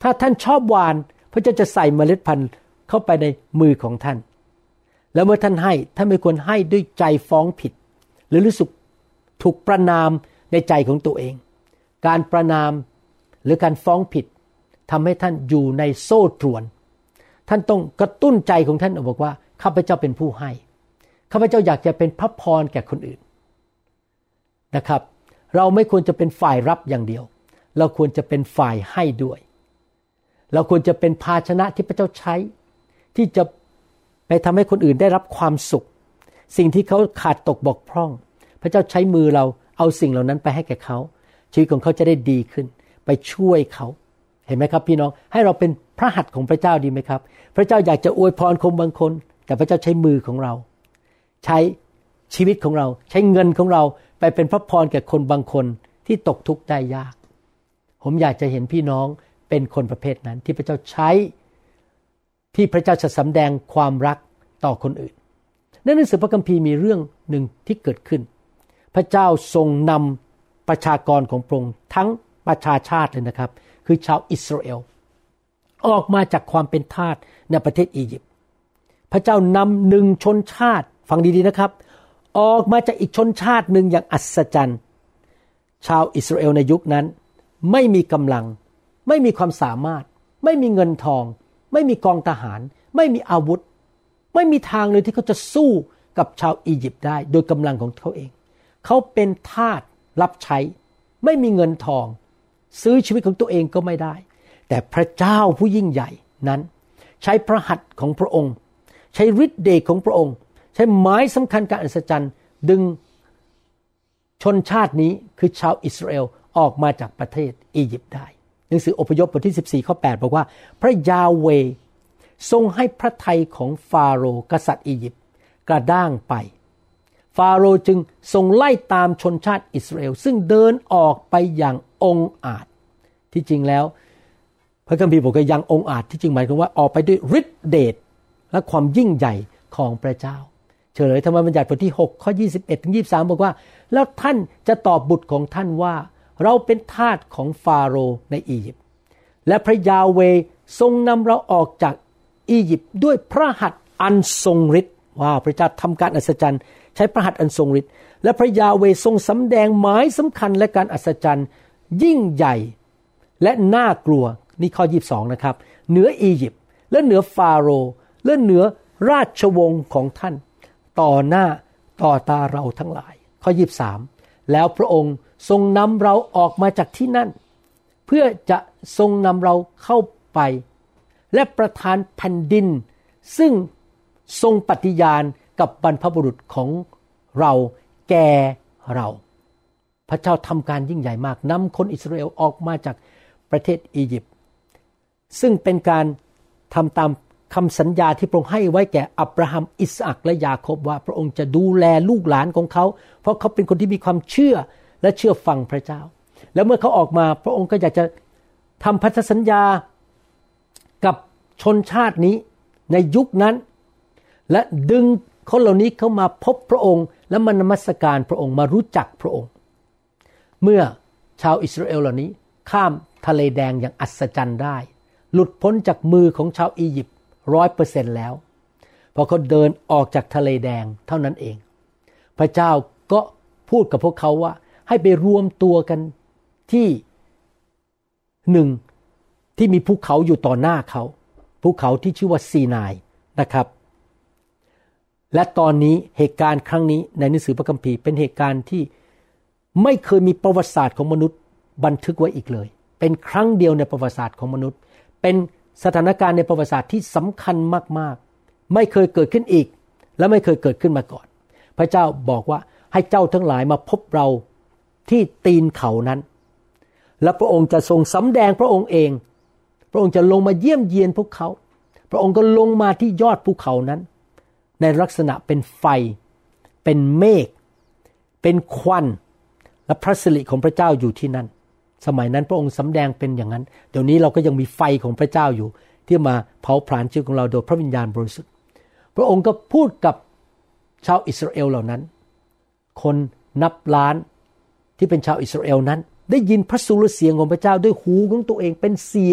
ถ้าท่านชอบหวานพระเจ้าจะใส่เมล็ดพันธุ์เข้าไปในมือของท่านแล้วเมื่อท่านให้ท่านไม่ควรให้ด้วยใจฟ้องผิดหรือรู้สึกถูกประณามในใจของตัวเองการประณามหรือการฟ้องผิดทำให้ท่านอยู่ในโซ่ตรวนท่านต้องกระตุ้นใจของท่านบอกว่าข้าพเจ้าเป็นผู้ให้ข้าพเจ้าอยากจะเป็นพระพรแก่คนอื่นนะครับเราไม่ควรจะเป็นฝ่ายรับอย่างเดียวเราควรจะเป็นฝ่ายให้ด้วยเราควรจะเป็นภาชนะที่พระเจ้าใช้ที่จะไปทำให้คนอื่นได้รับความสุขสิ่งที่เขาขาดตกบกพร่องพระเจ้าใช้มือเราเอาสิ่งเหล่านั้นไปให้แก่เขาชีวิตของเขาจะได้ดีขึ้นไปช่วยเขาเห็นไหมครับพี่น้องให้เราเป็นพระหัตถ์ของพระเจ้าดีไหมครับพระเจ้าอยากจะอวยพรคนบางคนแต่พระเจ้าใช้มือของเราใช้ชีวิตของเราใช้เงินของเราไปเป็นพระพรแก่คนบางคนที่ตกทุกข์ได้ยากผมอยากจะเห็นพี่น้องเป็นคนประเภทนั้นที่พระเจ้าใช้ที่พระเจ้าจะสำแดงความรักต่อคนอื่นในหนังสือพระคัมภีร์มีเรื่องหนึ่งที่เกิดขึ้นพระเจ้าทรงนำประชากรของพระองค์ทั้งประชาชาติเลยนะครับคือชาวอิสราเอลออกมาจากความเป็นทาสในประเทศอียิปต์พระเจ้านำหนึ่งชนชาติฟังดีๆนะครับออกมาจากอีกชนชาติหนึ่งอย่างอัศจรรย์ชาวอิสราเอลในยุคนั้นไม่มีกำลังไม่มีความสามารถไม่มีเงินทองไม่มีกองทหารไม่มีอาวุธไม่มีทางเลยที่เขาจะสู้กับชาวอียิปต์ได้โดยกำลังของเขาเองเขาเป็นทาสรับใช้ไม่มีเงินทองซื้อชีวิตของตัวเองก็ไม่ได้แต่พระเจ้าผู้ยิ่งใหญ่นั้นใช้พระหัตถ์ของพระองค์ใช้ฤทธิ์เดชของพระองค์ใช้ไม้สำคัญการอัศจรรย์ดึงชนชาตินี้คือชาวอิสราเอลออกมาจากประเทศอียิปต์ได้หนังสืออพยพบทที่สิบสี่ข้อแปดบอกว่าพระยาเวห์ทรงให้พระทัยของฟาโรห์กษัตริย์อียิปต์กระด้างไปฟาโรห์จึงทรงไล่ตามชนชาติอิสราเอลซึ่งเดินออกไปอย่างองอาจที่จริงแล้วพระคัมภีร์บอกว่ายังองอาจที่จริงหมายถึงว่าออกไปด้วยฤทธิ์เดชและความยิ่งใหญ่ของพระเจ้าเฉลยธรรมบัญญัติบทที่หกข้อยี่สิบเอ็ดถึงยี่สิบสามบอกว่าแล้วท่านจะตอบบุตรของท่านว่าเราเป็นทาสของฟาโรห์ในอียิปต์และพระยาเวห์ทรงนำเราออกจากอียิปต์ด้วยพระหัตถ์อันทรงฤทธิ์ว้าวพระเจ้าทำการอัศจรรย์ใช้พระหัตถ์อันทรงฤทธิ์และพระยาเวห์ทรงสำแดงหมายสำคัญและการอัศจรรย์ยิ่งใหญ่และน่ากลัวนี่ข้อยี่สิบสองนะครับเหนืออียิปต์และเหนือฟาโรห์และเหนือราชวงศ์ของท่านต่อหน้าต่อตาเราทั้งหลายข้อยี่สิบสามแล้วพระองค์ทรงนำเราออกมาจากที่นั่นเพื่อจะทรงนำเราเข้าไปและประทานแผ่นดินซึ่งทรงปฏิญาณกับบรรพบุรุษของเราแก่เราพระเจ้าทำการยิ่งใหญ่มากนำคนอิสราเอลออกมาจากประเทศอียิปต์ซึ่งเป็นการทำตามคำสัญญาที่พระองค์ให้ไว้แก่อับราฮัมอิสอัคและยาโคบว่าพระองค์จะดูแลลูกหลานของเขาเพราะเขาเป็นคนที่มีความเชื่อและเชื่อฟังพระเจ้าแล้วเมื่อเขาออกมาพระองค์ก็อยากจะทำพันธสัญญากับชนชาตินี้ในยุคนั้นและดึงคนเหล่านี้เข้ามาพบพระองค์และมานมัสการพระองค์มารู้จักพระองค์เมื่อชาวอิสราเอลเหล่านี้ข้ามทะเลแดงอย่างอัศจรรย์ได้หลุดพ้นจากมือของชาวอียิปต์ ร้อยเปอร์เซ็นต์ แล้วพอเขาเดินออกจากทะเลแดงเท่านั้นเองพระเจ้าก็พูดกับพวกเขาว่าให้ไปรวมตัวกันที่หนึ่งที่มีภูเขาอยู่ต่อหน้าเขาภูเขาที่ชื่อว่าซีนายนะครับและตอนนี้เหตุการณ์ครั้งนี้ในหนังสือพระคัมภีร์เป็นเหตุการณ์ที่ไม่เคยมีประวัติศาสตร์ของมนุษย์บันทึกไว้อีกเลยเป็นครั้งเดียวในประวัติศาสตร์ของมนุษย์เป็นสถานการณ์ในประวัติศาสตร์ที่สำคัญมากๆไม่เคยเกิดขึ้นอีกและไม่เคยเกิดขึ้นมาก่อนพระเจ้าบอกว่าให้เจ้าทั้งหลายมาพบเราที่ตีนเขานั้นและพระองค์จะทรงสำแดงพระองค์เองพระองค์จะลงมาเยี่ยมเยียนพวกเขาพระองค์ก็ลงมาที่ยอดภูเขานั้นในลักษณะเป็นไฟเป็นเมฆเป็นควันและพระสิริของพระเจ้าอยู่ที่นั่นสมัยนั้นพระองค์สำแดงเป็นอย่างนั้นเดี๋ยวนี้เราก็ยังมีไฟของพระเจ้าอยู่ที่มาเผาผลาญชีวิตของเราโดยพระวิญญาณบริสุทธิ์พระองค์ก็พูดกับชาวอิสราเอลเหล่านั้นคนนับล้านที่เป็นชาวอิสราเอลนั้นได้ยินพระสุรเสียงของพระเจ้าด้วยหูของตัวเองเป็นเสียง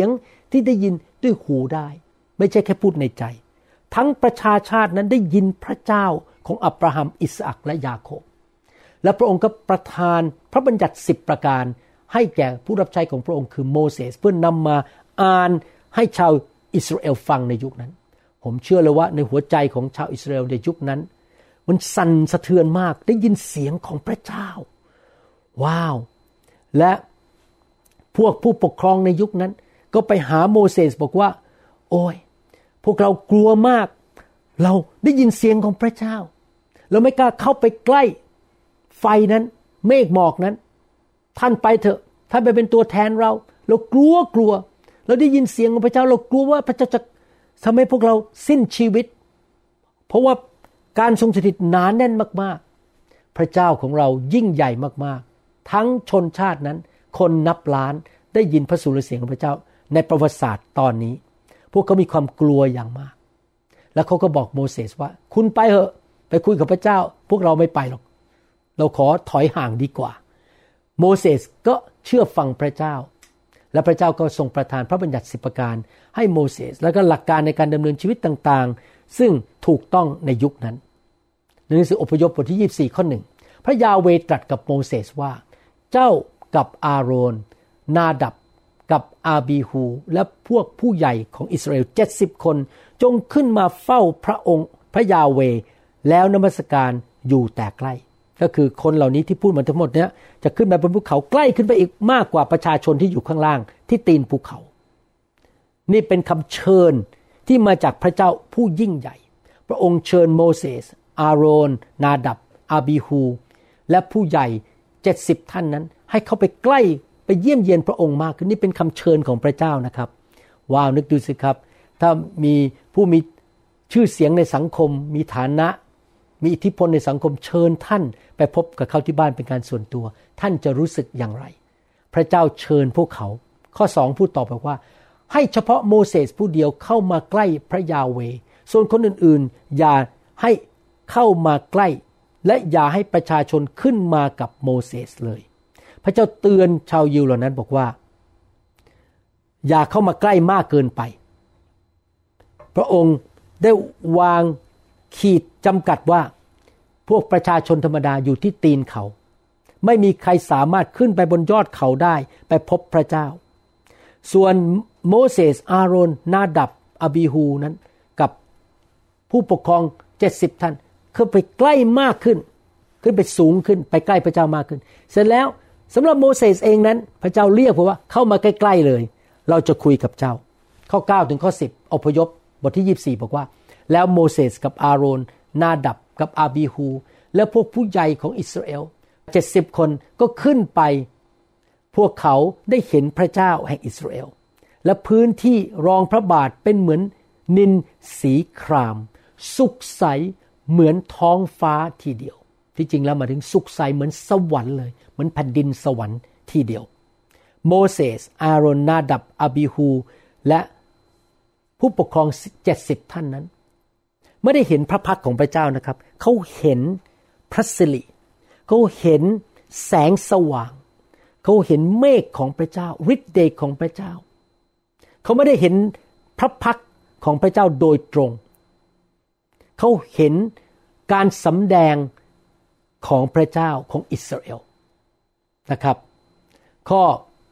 ที่ได้ยินด้วยหูได้ไม่ใช่แค่พูดในใจทั้งประชาชาตินั้นได้ยินพระเจ้าของอับราฮัมอิสอัคและยาโคบและพระองค์ก็ประทานพระบัญญัติสิบประการให้แก่ผู้รับใช้ของพระองค์คือโมเสสเพื่อนำมาอ่านให้ชาวอิสราเอลฟังในยุคนั้นผมเชื่อเลยว่าในหัวใจของชาวอิสราเอลในยุคนั้นมันสั่นสะเทือนมากได้ยินเสียงของพระเจ้าว้าวและพวกผู้ปกครองในยุคนั้นก็ไปหาโมเสสบอกว่าโอ้ยพวกเรากลัวมากเราได้ยินเสียงของพระเจ้าเราไม่กล้าเข้าไปใกล้ไฟนั้นเมฆหมอกนั้นท่านไปเถอะท่านไปเป็นตัวแทนเราเรากลัวกลัวเราได้ยินเสียงของพระเจ้าเรากลัวว่าพระเจ้าจะทำให้พวกเราสิ้นชีวิตเพราะว่าการทรงสถิตหนาแน่นมากๆพระเจ้าของเรายิ่งใหญ่มากๆทั้งชนชาตินั้นคนนับล้านได้ยินพระสุรเสียงของพระเจ้าในประวัติศาสตร์ตอนนี้พวกเขามีความกลัวอย่างมากแล้วเขาก็บอกโมเสสว่าคุณไปเถอะไปคุยกับพระเจ้าพวกเราไม่ไปหรอกเราขอถอยห่างดีกว่าโมเสสก็เชื่อฟังพระเจ้าและพระเจ้าก็ทรงประทานพระบัญญัติสิบประการให้โมเสสแล้วก็หลักการในการดำเนินชีวิตต่างๆซึ่งถูกต้องในยุคนั้นในหนังสืออพยพบทที่ยี่สิบสี่ข้อหนึ่งพระยาเวห์ตรัสกับโมเสสว่าเจ้ากับอาโรนนาดับกับอาบีฮูและพวกผู้ใหญ่ของอิสราเอลเจ็ดสิบคนจงขึ้นมาเฝ้าพระองค์พระยาเวห์แล้วนมัสการอยู่แต่ใกล้ก็คือคนเหล่านี้ที่พูดมาทั้งหมดเนี้ยจะขึ้นไปบนภูเขาใกล้ขึ้นไปอีกมากกว่าประชาชนที่อยู่ข้างล่างที่ตีนภูเขานี่เป็นคำเชิญที่มาจากพระเจ้าผู้ยิ่งใหญ่พระองค์เชิญโมเสสอาโรนนาดับอาบีฮูและผู้ใหญ่เจ็ดสิบท่านนั้นให้เข้าไปใกล้ไปเยี่ยมเยียนพระองค์มากขึ้นนี่เป็นคำเชิญของพระเจ้านะครับว้าวนึกดูสิครับถ้ามีผู้มีชื่อเสียงในสังคมมีฐานะมีอิทธิพลในสังคมเชิญท่านไปพบกับเขาที่บ้านเป็นการส่วนตัวท่านจะรู้สึกอย่างไรพระเจ้าเชิญพวกเขาข้อสองพูดต่อไปว่าให้เฉพาะโมเสสผู้เดียวเข้ามาใกล้พระยาเวห์ส่วนคนอื่นๆอย่าให้เข้ามาใกล้และอย่าให้ประชาชนขึ้นมากับโมเสสเลยพระเจ้าเตือนชาวยิวเหล่านั้นบอกว่าอย่าเข้ามาใกล้มากเกินไปพระองค์ได้วางขีดจำกัดว่าพวกประชาชนธรรมดาอยู่ที่ตีนเขาไม่มีใครสามารถขึ้นไปบนยอดเขาได้ไปพบพระเจ้าส่วนโมเสสอาโรนนาดับอาบีฮูนั้นกับผู้ปกครองเจ็ดสิบท่านขึ้นไปใกล้มากขึ้นขึ้นไปสูงขึ้นไปใกล้พระเจ้ามากขึ้นเสร็จแล้วสำหรับโมเสสเองนั้นพระเจ้าเรียกว่าเข้ามาใกล้ๆเลยเราจะคุยกับเจ้าข้อเก้าถึงข้อสิบอพยพบทที่ยี่สิบสี่บอกว่าแล้วโมเสสกับอาโรนนาดับกับอาบีฮูและพวกผู้ใหญ่ของอิสราเอลเจ็ดสิบคนก็ขึ้นไปพวกเขาได้เห็นพระเจ้าแห่งอิสราเอลและพื้นที่รองพระบาทเป็นเหมือนนิลสีครามสุขใสเหมือนท้องฟ้าทีเดียวที่จริงแล้วมาถึงสุขใสเหมือนสวรรค์เลยเหมือนแผ่นดินสวรรค์ทีเดียวโมเสสอาโรนนาดับอาบีฮูและผู้ปกครองเจ็ดสิบท่านนั้นไม่ได้เห็นพระพักตร์ของพระเจ้านะครับเขาเห็นพระสิริเขาเห็นแสงสว่างเขาเห็นเมฆของพระเจ้าฤทธิ์เดชของพระเจ้าเขาไม่ได้เห็นพระพักตร์ของพระเจ้าโดยตรงเขาเห็นการสำแดงของพระเจ้าของอิสราเอลนะครับข้อ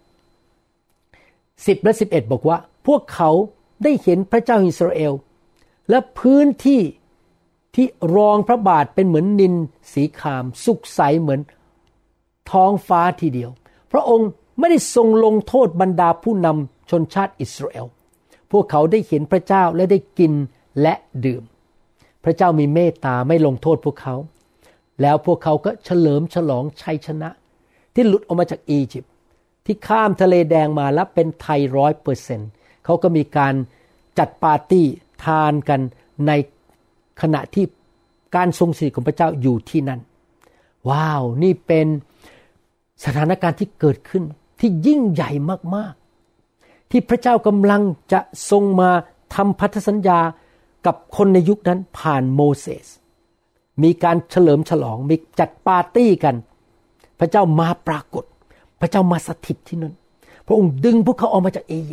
สิบและสิบเอ็ดบอกว่าพวกเขาได้เห็นพระเจ้าอิสราเอลและพื้นที่ที่รองพระบาทเป็นเหมือนนิลสีครามสุขใสเหมือนท้องฟ้าทีเดียวพระองค์ไม่ได้ทรงลงโทษบรรดาผู้นำชนชาติอิสราเอลพวกเขาได้เห็นพระเจ้าและได้กินและดื่มพระเจ้ามีเมตตาไม่ลงโทษพวกเขาแล้วพวกเขาก็เฉลิมฉลองชัยชนะที่หลุดออกมาจากอียิปต์ที่ข้ามทะเลแดงมาแล้วเป็นไทย ร้อยเปอร์เซ็นต์ เขาก็มีการจัดปาร์ตี้ทานกันในขณะที่การทรงสถิตของพระเจ้าอยู่ที่นั่นว้าวนี่เป็นสถานการณ์ที่เกิดขึ้นที่ยิ่งใหญ่มากๆที่พระเจ้ากำลังจะทรงมาทำพันธสัญญากับคนในยุคนั้นผ่านโมเสสมีการเฉลิมฉลองมีจัดปาร์ตี้กันพระเจ้ามาปรากฏพระเจ้ามาสถิตที่นั่นพระองค์ดึงพวกเขาออกมาจากอียิปต์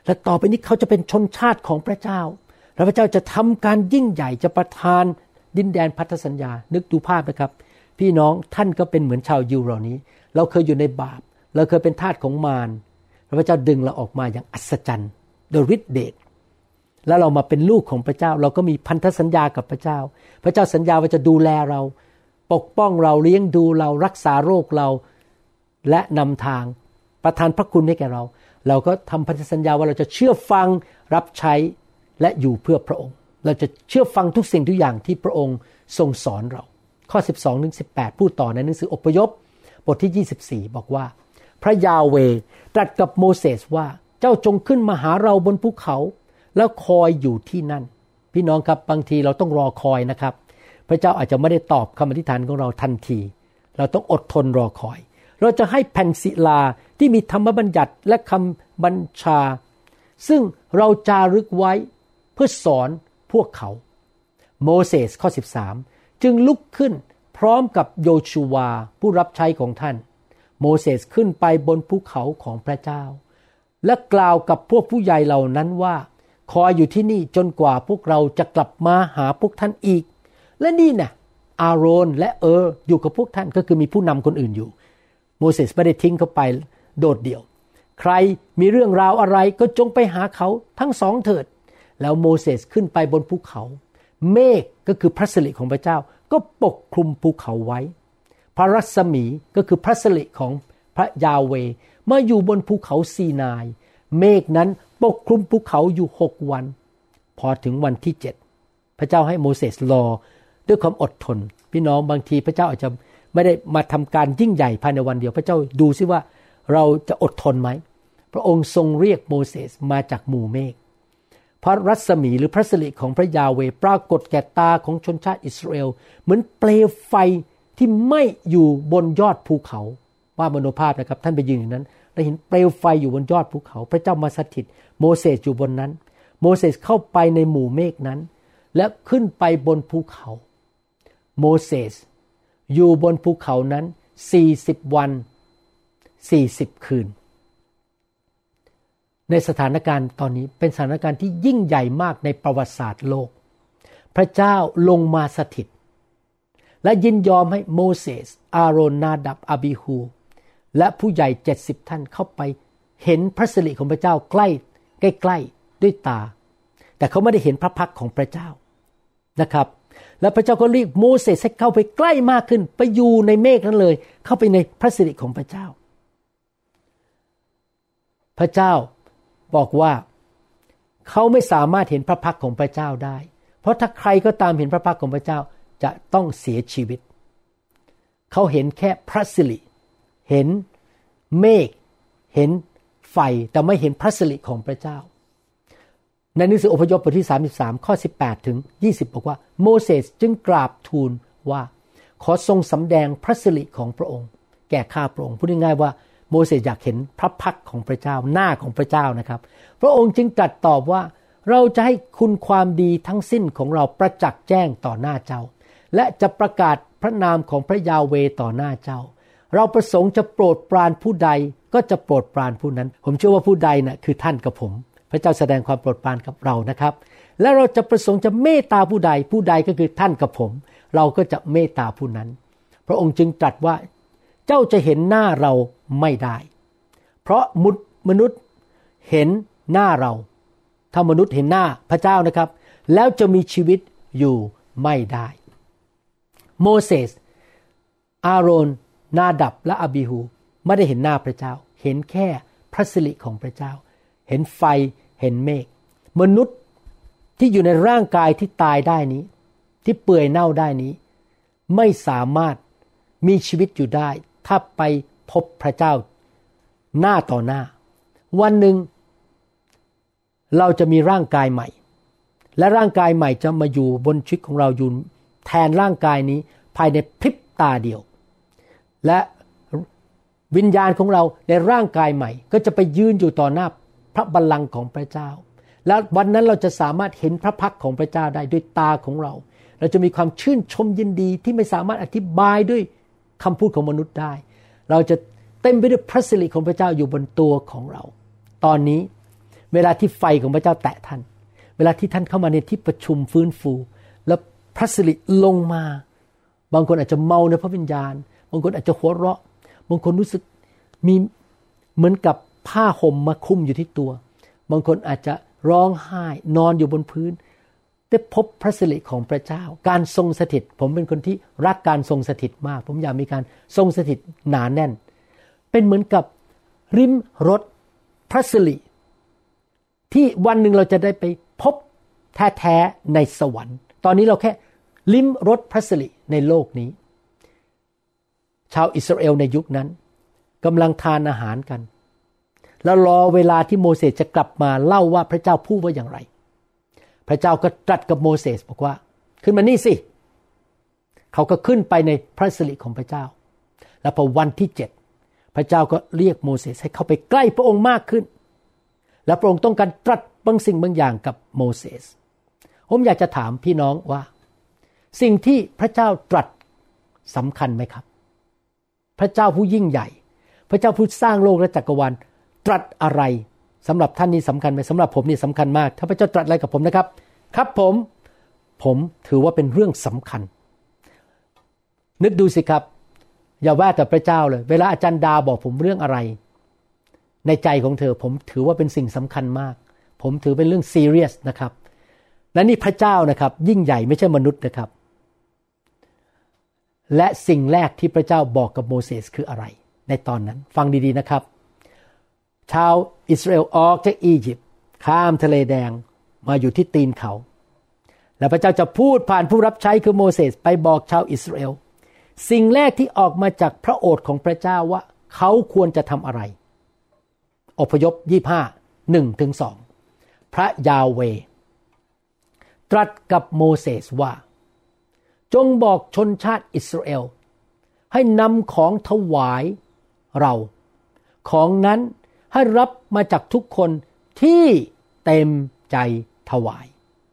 และต่อไปนี้เขาจะเป็นชนชาติของพระเจ้าและพระเจ้าจะทำการยิ่งใหญ่จะประทานดินแดนพันธสัญญานึกดูภาพนะครับพี่น้องท่านก็เป็นเหมือนชาวยิวเหล่านี้เราเคยอยู่ในบาปเราเคยเป็นทาสของมารพระเจ้าดึงเราออกมาอย่างอัศจรรย์โดยฤทธิเดชแล้วเรามาเป็นลูกของพระเจ้าเราก็มีพันธสัญญากับพระเจ้าพระเจ้าสัญญาว่าจะดูแลเราปกป้องเราเลี้ยงดูเรารักษาโรคเราและนำทางประทานพระคุณให้แก่เราเราก็ทำพันธสัญญาว่าเราจะเชื่อฟังรับใช้และอยู่เพื่อพระองค์เราจะเชื่อฟังทุกสิ่งทุกอย่างที่พระองค์ทรงสอนเราข้อ สิบสองถึงสิบแปด พูดต่อในหนังสืออพยพบทที่ยี่สิบสี่บอกว่าพระยาเวห์ตรัสกับโมเสสว่าเจ้าจงขึ้นมาหาเราบนภูเขาแล้วคอยอยู่ที่นั่นพี่น้องครับบางทีเราต้องรอคอยนะครับพระเจ้าอาจจะไม่ได้ตอบคำอธิษฐานของเราทันทีเราต้องอดทนรอคอยเราจะให้แผ่นศิลาที่มีธรรมบัญญัติและคำบัญชาซึ่งเราจารึกไว้เพื่อสอนพวกเขาโมเสสข้อสิบสามจึงลุกขึ้นพร้อมกับโยชูวาผู้รับใช้ของท่านโมเสสขึ้นไปบนภูเขาของพระเจ้าและกล่าวกับพวกผู้ใหญ่เหล่านั้นว่าคอยอยู่ที่นี่จนกว่าพวกเราจะกลับมาหาพวกท่านอีกและนี่นะอาโรนและเอออยู่กับพวกท่านก็คือมีผู้นำคนอื่นอยู่โมเสสไม่ได้ทิ้งเขาไปโดดเดี่ยวใครมีเรื่องราวอะไรก็จงไปหาเขาทั้งสองเถิดแล้วโมเสสขึ้นไปบนภูเขาเมฆก็คือพระสิริของพระเจ้าก็ปกคลุมภูเขาไว้พระรัศมีก็คือพระสิริของพระยาเวห์มาอยู่บนภูเขาซีนายเมฆนั้นปกคลุมภูเขาอยู่หกวันพอถึงวันที่เจ็ดพระเจ้าให้โมเสสรอด้วยความอดทนพี่น้องบางทีพระเจ้าอาจจะไม่ได้มาทำการยิ่งใหญ่ภายในวันเดียวพระเจ้าดูซิว่าเราจะอดทนไหมพระองค์ทรงเรียกโมเสสมาจากหมู่เมฆพระรัศมีหรือพระสิริของพระยาเวห์ปรากฏแก่ตาของชนชาติอิสราเอลเหมือนเปลวไฟที่ไหม้อยู่บนยอดภูเขาว่ามโนภาพนะครับท่านไปยืนอย่างนั้นได้เห็นเปลวไฟอยู่บนยอดภูเขาพระเจ้ามาสถิตโมเสสอยู่บนนั้นโมเสสเข้าไปในหมู่เมฆนั้นและขึ้นไปบนภูเขาโมเสสอยู่บนภูเขานั้นสี่สิบวันสี่สิบคืนในสถานการณ์ตอนนี้เป็นสถานการณ์ที่ยิ่งใหญ่มากในประวัติศาสตร์โลกพระเจ้าลงมาสถิตและยินยอมให้โมเสสอาโรนนาดับอาบิฮูและผู้ใหญ่เจ็ดสิบท่านเข้าไปเห็นพระสิริของพระเจ้าใกล้ใกล้ๆด้วยตาแต่เขาไม่ได้เห็นพระพักของพระเจ้านะครับแล้วพระเจ้าก็เรียกโมเสสให้เข้าไปใกล้มากขึ้นไปอยู่ในเมฆนั้นเลยเข้าไปในพระสิริของพระเจ้าพระเจ้าบอกว่าเขาไม่สามารถเห็นพระพักของพระเจ้าได้เพราะถ้าใครก็ตามเห็นพระพักของพระเจ้าจะต้องเสียชีวิตเขาเห็นแค่พระสิริเห็นเมฆเห็นไฟแต่ไม่เห็นพระสิริของพระเจ้าในหนังสืออพยพบทที่สามสิบสามข้อสิบแปดถึงยี่สิบบอกว่าโมเสสจึงกราบทูลว่าขอทรงสำแดงพระสิริของพระองค์แก่ข้าพระองค์พูดง่ายๆว่าโมเสสอยากเห็นพระพักของพระเจ้าหน้าของพระเจ้านะครับพระองค์จึงตรัสตอบว่าเราจะให้คุณความดีทั้งสิ้นของเราประจักษ์แจ้งต่อหน้าเจ้าและจะประกาศพระนามของพระยาเวห์ต่อหน้าเจ้าเราประสงค์จะโปรดปรานผู้ใดก็จะโปรดปรานผู้นั้นผมเชื่อว่าผู้ใดน่ะคือท่านกับผมพระเจ้าแสดงความโปรดปรานกับเรานะครับและเราจะประสงค์จะเมตตาผู้ใดผู้ใดก็คือท่านกับผมเราก็จะเมตตาผู้นั้นพระองค์จึงตรัสว่าเจ้าจะเห็นหน้าเราไม่ได้เพราะมนุษย์เห็นหน้าเราถ้ามนุษย์เห็นหน้าพระเจ้านะครับแล้วจะมีชีวิตอยู่ไม่ได้โมเสสอาโรนนาดับและอาบิฮูไม่ได้เห็นหน้าพระเจ้าเห็นแค่พระสิริของพระเจ้าเห็นไฟเห็นเมฆมนุษย์ที่อยู่ในร่างกายที่ตายได้นี้ที่เปื่อยเน่าได้นี้ไม่สามารถมีชีวิตอยู่ได้ถ้าไปพบพระเจ้าหน้าต่อหน้าวันหนึ่งเราจะมีร่างกายใหม่และร่างกายใหม่จะมาอยู่บนชีวิตของเราอยู่แทนร่างกายนี้ภายในพริบตาเดียวและวิญญาณของเราในร่างกายใหม่ก็จะไปยืนอยู่ต่อหน้าพระบัลลังก์ของพระเจ้าและวันนั้นเราจะสามารถเห็นพระพักของพระเจ้าได้ด้วยตาของเราเราจะมีความชื่นชมยินดีที่ไม่สามารถอธิบายด้วยคำพูดของมนุษย์ได้เราจะเต็มไปด้วยพระสิริของพระเจ้าอยู่บนตัวของเราตอนนี้เวลาที่ไฟของพระเจ้าแตะท่านเวลาที่ท่านเข้ามาในที่ประชุมฟื้นฟูแล้วพระสิริลงมาบางคนอาจจะเมาในพระวิญญาณบางคนอาจจะหัวเราะบางคนรู้สึกมีเหมือนกับผ้าห่มมาคลุมอยู่ที่ตัวบางคนอาจจะร้องไห้นอนอยู่บนพื้นได้พบพระสิริของพระเจ้าการทรงสถิตผมเป็นคนที่รักการทรงสถิตมากผมอยากมีการทรงสถิตหนาแน่นเป็นเหมือนกับริมรถพระสิริที่วันหนึ่งเราจะได้ไปพบแท้ๆในสวรรค์ตอนนี้เราแค่ลิ้มรสพระสิริในโลกนี้ชาวอิสราเอลในยุคนั้นกำลังทานอาหารกันแล้วรอเวลาที่โมเสสจะกลับมาเล่าว่าพระเจ้าพูดว่าอย่างไรพระเจ้าก็ตรัสกับโมเสสบอกว่าขึ้นมานี่สิเขาก็ขึ้นไปในพระสิริของพระเจ้าแล้วพอวันที่เจ็ดพระเจ้าก็เรียกโมเสสให้เข้าไปใกล้พระองค์มากขึ้นและพระองค์ต้องการตรัสบางสิ่งบางอย่างกับโมเสสผมอยากจะถามพี่น้องว่าสิ่งที่พระเจ้าตรัสสำคัญไหมครับพระเจ้าผู้ยิ่งใหญ่พระเจ้าผู้สร้างโลกและจักรวาลตรัสอะไรสำหรับท่านนี้สำคัญไหมสำหรับผมนี่สำคัญมากถ้าพระเจ้าตรัสอะไรกับผมนะครับครับผมผมถือว่าเป็นเรื่องสำคัญนึกดูสิครับอย่าว่าแต่พระเจ้าเลยเวลาอาจารย์ดาบอกผมเรื่องอะไรในใจของเธอผมถือว่าเป็นสิ่งสำคัญมากผมถือเป็นเรื่องซีเรียสนะครับและนี่พระเจ้านะครับยิ่งใหญ่ไม่ใช่มนุษย์นะครับและสิ่งแรกที่พระเจ้าบอกกับโมเสสคืออะไรในตอนนั้นฟังดีๆนะครับชาวอิสราเอลออกจากอียิปต์ข้ามทะเลแดงมาอยู่ที่ตีนเขาแล้วพระเจ้าจะพูดผ่านผู้รับใช้คือโมเสสไปบอกชาวอิสราเอลสิ่งแรกที่ออกมาจากพระโอษฐ์ของพระเจ้าว่าเขาควรจะทำอะไรอพยพยี่สิบห้า หนึ่งถึงสองพระยาเวห์ตรัสกับโมเสสว่าจงบอกชนชาติอิสราเอลให้นำของถวายเราของนั้นให้รับมาจากทุกคนที่เต็มใจถวาย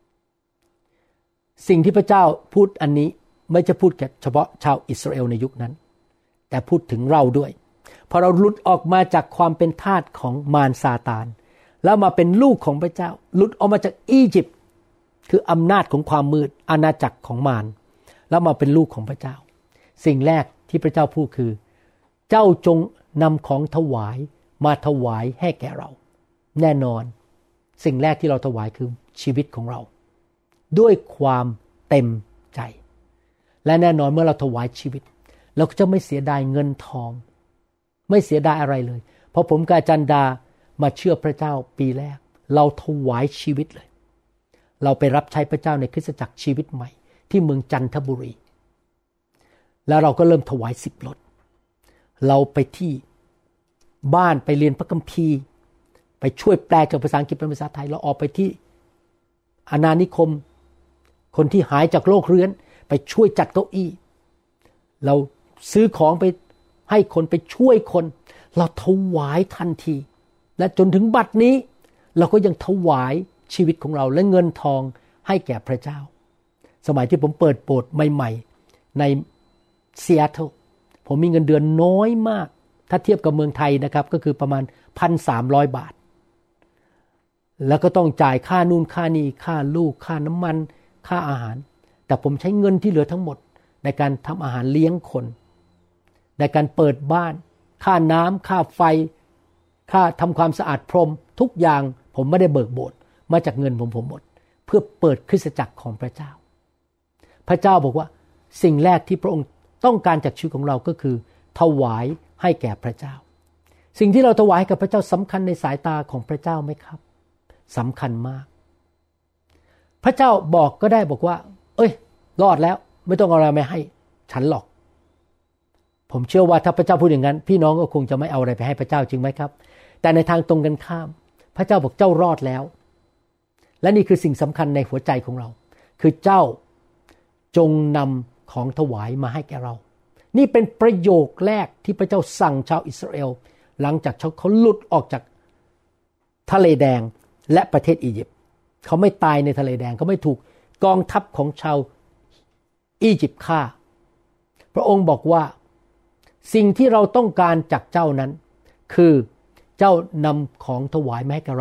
สิ่งที่พระเจ้าพูดอันนี้ไม่จะพูดแค่เฉพาะชาวอิสราเอลในยุคนั้นแต่พูดถึงเราด้วยพอเราหลุดออกมาจากความเป็นทาสของมารซาตานแล้วมาเป็นลูกของพระเจ้าหลุดออกมาจากอียิปต์คืออำนาจของความมืดอาณาจักรของมารแล้วมาเป็นลูกของพระเจ้าสิ่งแรกที่พระเจ้าพูดคือเจ้าจงนำของถวายมาถวายให้แก่เราแน่นอนสิ่งแรกที่เราถวายคือชีวิตของเราด้วยความเต็มใจและแน่นอนเมื่อเราถวายชีวิตเราก็จะไม่เสียดายเงินทองไม่เสียดายอะไรเลยเพราะผมกับอาจารย์ดามาเชื่อพระเจ้าปีแรกเราถวายชีวิตเลยเราไปรับใช้พระเจ้าในคริสตจักรชีวิตใหม่ที่เมืองจันทบุรีแล้วเราก็เริ่มถวายสิบรถเราไปที่บ้านไปเรียนพระคัมภีร์ไปช่วยแปลจากภาษาอังกฤษเป็นภาษาไทยเราออกไปที่อาณานิคมคนที่หายจากโรคเรื้อนไปช่วยจัดเก้าอี้เราซื้อของไปให้คนไปช่วยคนเราถวายทันทีและจนถึงบัดนี้เราก็ยังถวายชีวิตของเราและเงินทองให้แก่พระเจ้าสมัยที่ผมเปิดโบสถ์ใหม่ๆในซีแอตเทิลผมมีเงินเดือนน้อยมากถ้าเทียบกับเมืองไทยนะครับก็คือประมาณ หนึ่งพันสามร้อย บาทแล้วก็ต้องจ่ายค่านู่นค่านี่ค่าลูกค่าน้ำมันค่าอาหารแต่ผมใช้เงินที่เหลือทั้งหมดในการทำอาหารเลี้ยงคนในการเปิดบ้านค่าน้ำค่าไฟค่าทำความสะอาดพรมทุกอย่างผมไม่ได้เบิกโบสถ์มาจากเงินผมผมหมดเพื่อเปิดคริสตจักรของพระเจ้าพระเจ้าบอกว่าสิ่งแรกที่พระองค์ต้องการจากชีวิตของเราก็คือถวายให้แก่พระเจ้าสิ่งที่เราถวายให้กับพระเจ้าสำคัญในสายตาของพระเจ้าไหมครับสำคัญมากพระเจ้าบอกก็ได้บอกว่าเอ้ยรอดแล้วไม่ต้องเอาอะไรมาให้ฉันหรอกผมเชื่อว่าถ้าพระเจ้าพูดอย่างนั้นพี่น้องก็คงจะไม่เอาอะไรไปให้พระเจ้าจริงไหมครับแต่ในทางตรงกันข้ามพระเจ้าบอกเจ้ารอดแล้วและนี่คือสิ่งสำคัญในหัวใจของเราคือเจ้าจงนำของถวายมาให้แก่เรานี่เป็นประโยคแรกที่พระเจ้าสั่งชาวอิสราเอลหลังจากเขาหลุดออกจากทะเลแดงและประเทศอียิปต์เขาไม่ตายในทะเลแดงเขาไม่ถูกกองทัพของชาวอียิปต์ฆ่าพระองค์บอกว่าสิ่งที่เราต้องการจากเจ้านั้นคือเจ้านำของถวายมาให้กับเรา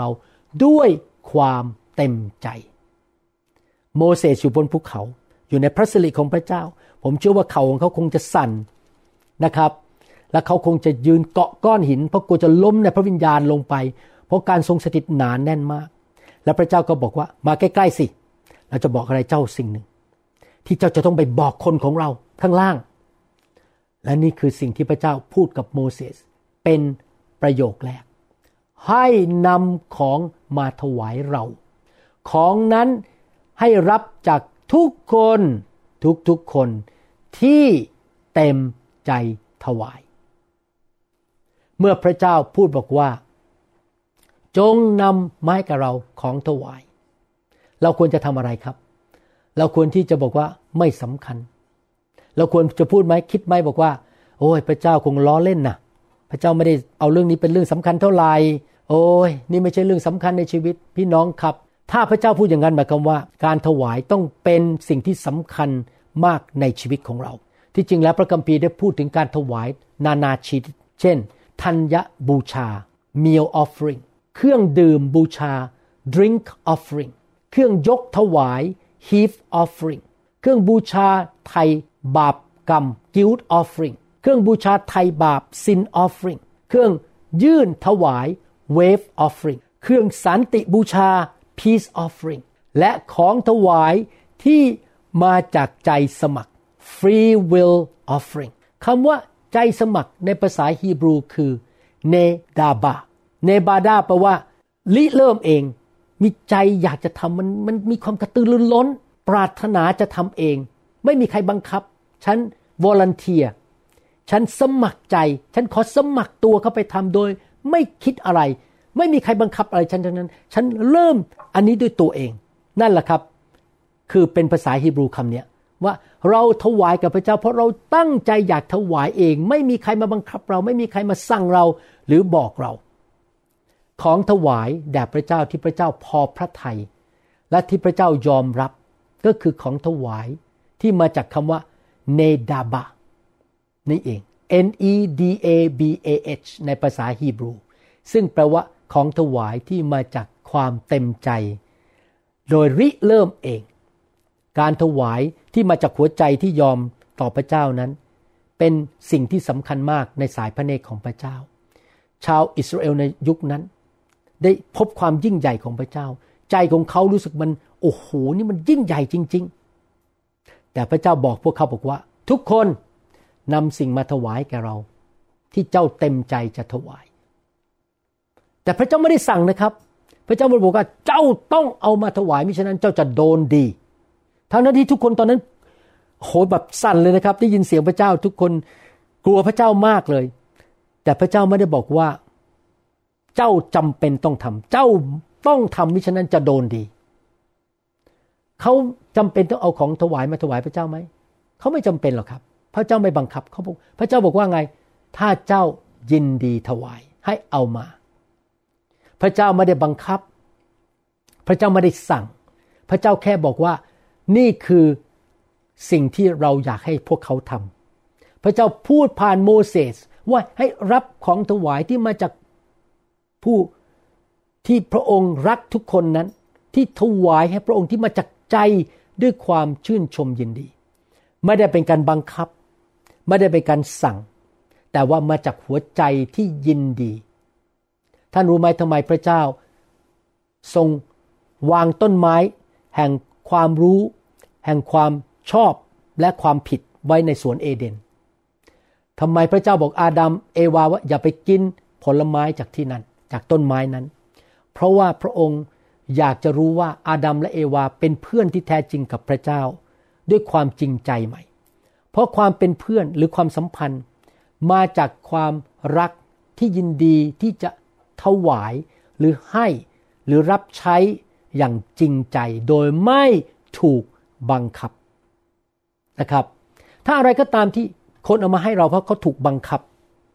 ด้วยความเต็มใจโมเสสอยู่บนภูเขาอยู่ในพระสิริของพระเจ้าผมเชื่อว่าเข่าของเขาคงจะสั่นนะครับและเขาคงจะยืนเกาะก้อนหินเพราะกลัวจะล้มในพระวิญญาณลงไปเพราะการทรงสถิตหนาแน่นมากและพระเจ้าก็บอกว่ามาใกล้ๆสิเราจะบอกอะไรเจ้าสิ่งหนึ่งที่เจ้าจะต้องไปบอกคนของเราข้างล่างและนี่คือสิ่งที่พระเจ้าพูดกับโมเสสเป็นประโยคแรกให้นำของมาถวายเราของนั้นให้รับจากทุกคนทุกๆคนที่เต็มใจถวายเมื่อพระเจ้าพูดบอกว่าจงนำมาให้กับเราของถวายเราควรจะทำอะไรครับเราควรที่จะบอกว่าไม่สำคัญเราควรจะพูดไหมคิดไหมบอกว่าโอ้ยพระเจ้าคงล้อเล่นนะพระเจ้าไม่ได้เอาเรื่องนี้เป็นเรื่องสำคัญเท่าไหร่โอ้ยนี่ไม่ใช่เรื่องสำคัญในชีวิตพี่น้องครับถ้าพระเจ้าพูดอย่างนั้นหมายความว่าการถวายต้องเป็นสิ่งที่สำคัญมากในชีวิตของเราที่จริงแล้วพระคัมภีร์ได้พูดถึงการถวายนานาชนิดเช่นธัญบูชา meal offering เครื่องดื่มบูชา drink offering เครื่องยกถวาย heave offering เครื่องบูชาไถ่บาปกรรม guilt offering เครื่องบูชาไถ่บาป sin offering เครื่องยื่นถวาย wave offering เครื่องสันติบูชา peace offering และของถวายที่มาจากใจสมัคร free will offering คำว่าใจสมัครในภาษาฮีบรูคือเนดาบาเนบาดาแปลว่าริเริ่มเองมีใจอยากจะทำมันมันมีความกระตือรือร้นปรารถนาจะทำเองไม่มีใครบังคับฉัน volunteer ฉันสมัครใจฉันขอสมัครตัวเข้าไปทำโดยไม่คิดอะไรไม่มีใครบังคับอะไรฉันทั้งนั้นฉันเริ่มอันนี้ด้วยตัวเองนั่นแหละครับคือเป็นภาษาฮีบรูคำนี้ว่าเราถวายกับพระเจ้าเพราะเราตั้งใจอยากถวายเองไม่มีใครมาบังคับเราไม่มีใครมาสั่งเราหรือบอกเราของถวายแด่พระเจ้าที่พระเจ้าพอพระทัยและที่พระเจ้ายอมรับก็คือของถวายที่มาจากคำว่าเนดาบะนี่เอง N E D A B A H ในภาษาฮีบรูซึ่งแปลว่าของถวายที่มาจากความเต็มใจโดยริเริ่มเองการถวายที่มาจากหัวใจที่ยอมต่อพระเจ้านั้นเป็นสิ่งที่สำคัญมากในสายพระเนตรของพระเจ้าชาวอิสราเอลในยุคนั้นได้พบความยิ่งใหญ่ของพระเจ้าใจของเขารู้สึกมันโอ้โหนี่มันยิ่งใหญ่จริงๆแต่พระเจ้าบอกพวกเขาบอกว่าทุกคนนำสิ่งมาถวายแก่เราที่เจ้าเต็มใจจะถวายแต่พระเจ้าไม่ได้สั่งนะครับพระเจ้าบอกว่าเจ้าต้องเอามาถวายมิฉะนั้นเจ้าจะโดนดีทั้งนั้นที่ทุกคนตอนนั้นโหแบบสั่นเลยนะครับได้ยินเสียงพระเจ้าทุกคนกลัวพระเจ้ามากเลยแต่พระเจ้าไม่ได้บอกว่าเจ้าจำเป็นต้องทำเจ้าต้องทำมิฉะนั้นจะโดนดีเขาจำเป็นต้องเอาของถวายมาถวายพระเจ้าไหมเขาไม่จำเป็นหรอกครับพระเจ้าไม่บังคับเขาบอกพระเจ้าบอกว่าไงถ้าเจ้ายินดีถวายให้เอามาพระเจ้าไม่ได้บังคับพระเจ้าไม่ได้สั่งพระเจ้าแค่บอกว่านี่คือสิ่งที่เราอยากให้พวกเขาทำพระเจ้าพูดผ่านโมเสสว่าให้รับของถวายที่มาจากผู้ที่พระองค์รักทุกคนนั้นที่ถวายให้พระองค์ที่มาจากใจด้วยความชื่นชมยินดีไม่ได้เป็นการบังคับไม่ได้เป็นการสั่งแต่ว่ามาจากหัวใจที่ยินดีท่านรู้ไหมทำไมพระเจ้าทรงวางต้นไม้แห่งความรู้แห่งความชอบและความผิดไว้ในสวนเอเดนทำไมพระเจ้าบอกอาดัมเอวาว่าอย่าไปกินผลไม้จากที่นั้นจากต้นไม้นั้นเพราะว่าพระองค์อยากจะรู้ว่าอาดัมและเอวาเป็นเพื่อนที่แท้จริงกับพระเจ้าด้วยความจริงใจใหม่เพราะความเป็นเพื่อนหรือความสัมพันธ์มาจากความรักที่ยินดีที่จะถวายหรือให้หรือรับใช้อย่างจริงใจโดยไม่ถูกบังคับนะครับถ้าอะไรก็ตามที่คนเอามาให้เราเพราะเขาถูกบังคับ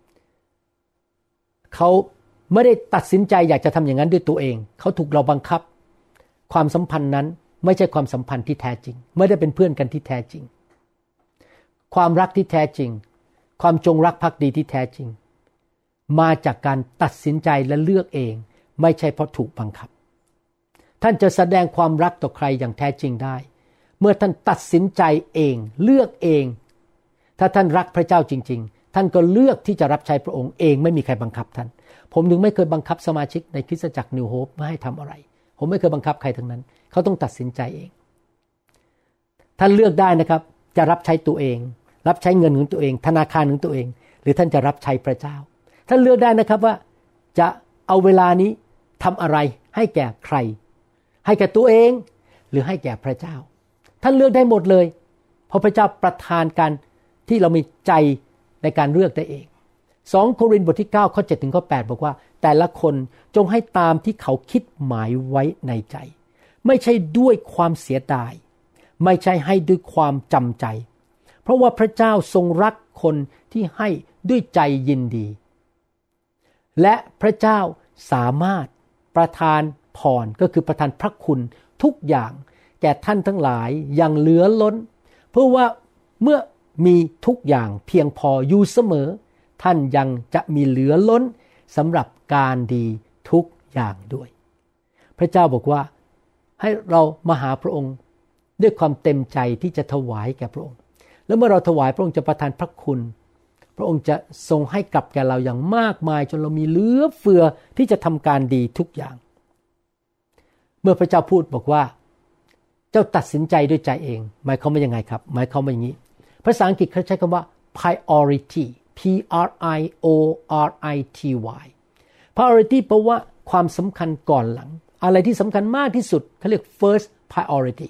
เขาไม่ได้ตัดสินใจอยากจะทำอย่างนั้นด้วยตัวเองเขาถูกเราบังคับความสัมพันธ์นั้นไม่ใช่ความสัมพันธ์ที่แท้จริงไม่ได้เป็นเพื่อนกันที่แท้จริงความรักที่แท้จริงความจงรักภักดีที่แท้จริงมาจากการตัดสินใจและเลือกเองไม่ใช่เพราะถูกบังคับท่านจะแสดงความรักต่อใครอย่างแท้จริงได้เมื่อท่านตัดสินใจเองเลือกเองถ้าท่านรักพระเจ้าจริงๆท่านก็เลือกที่จะรับใช้พระองค์เองไม่มีใครบังคับท่านผมถึงไม่เคยบังคับสมาชิกในคริสตจักร New Hope ไม่ให้ทำอะไรผมไม่เคยบังคับใครทั้งนั้นเขาต้องตัดสินใจเองท่านเลือกได้นะครับจะรับใช้ตัวเองรับใช้เงินของตัวเองธนาคารของตัวเองหรือท่านจะรับใช้พระเจ้าท่านเลือกได้นะครับว่าจะเอาเวลานี้ทำอะไรให้แก่ใครให้แก่ตัวเองหรือให้แก่พระเจ้าท่านเลือกได้หมดเลยเพราะพระเจ้าประทานกันที่เรามีใจในการเลือกได้เองสองโครินธ์บทที่เก้าข้อเจ็ดถึงข้อแปดบอกว่าแต่ละคนจงให้ตามที่เขาคิดหมายไว้ในใจไม่ใช่ด้วยความเสียดายไม่ใช่ให้ด้วยความจำใจเพราะว่าพระเจ้าทรงรักคนที่ให้ด้วยใจยินดีและพระเจ้าสามารถประทานพรก็คือประทานพระคุณทุกอย่างแก่ท่านทั้งหลายอย่างเหลือล้นเพื่อว่าเมื่อมีทุกอย่างเพียงพออยู่เสมอท่านยังจะมีเหลือล้นสำหรับการดีทุกอย่างด้วยพระเจ้าบอกว่าให้เรามาหาพระองค์ด้วยความเต็มใจที่จะถวายแก่พระองค์แล้วเมื่อเราถวายพระองค์จะประทานพระคุณพระองค์จะทรงให้กลับแก่เราอย่างมากมายจนเรามีเหลือเฟือที่จะทำการดีทุกอย่างเมื่อพระเจ้าพูดบอกว่าเจ้าตัดสินใจด้วยใจเองหมายความว่ายังไงครับหมายความว่าอย่างนี้ภาษาอังกฤษเขาใช้คำว่า priority P R I O R I T Y priority แปลว่าความสำคัญก่อนหลังอะไรที่สำคัญมากที่สุดเขาเรียก first priority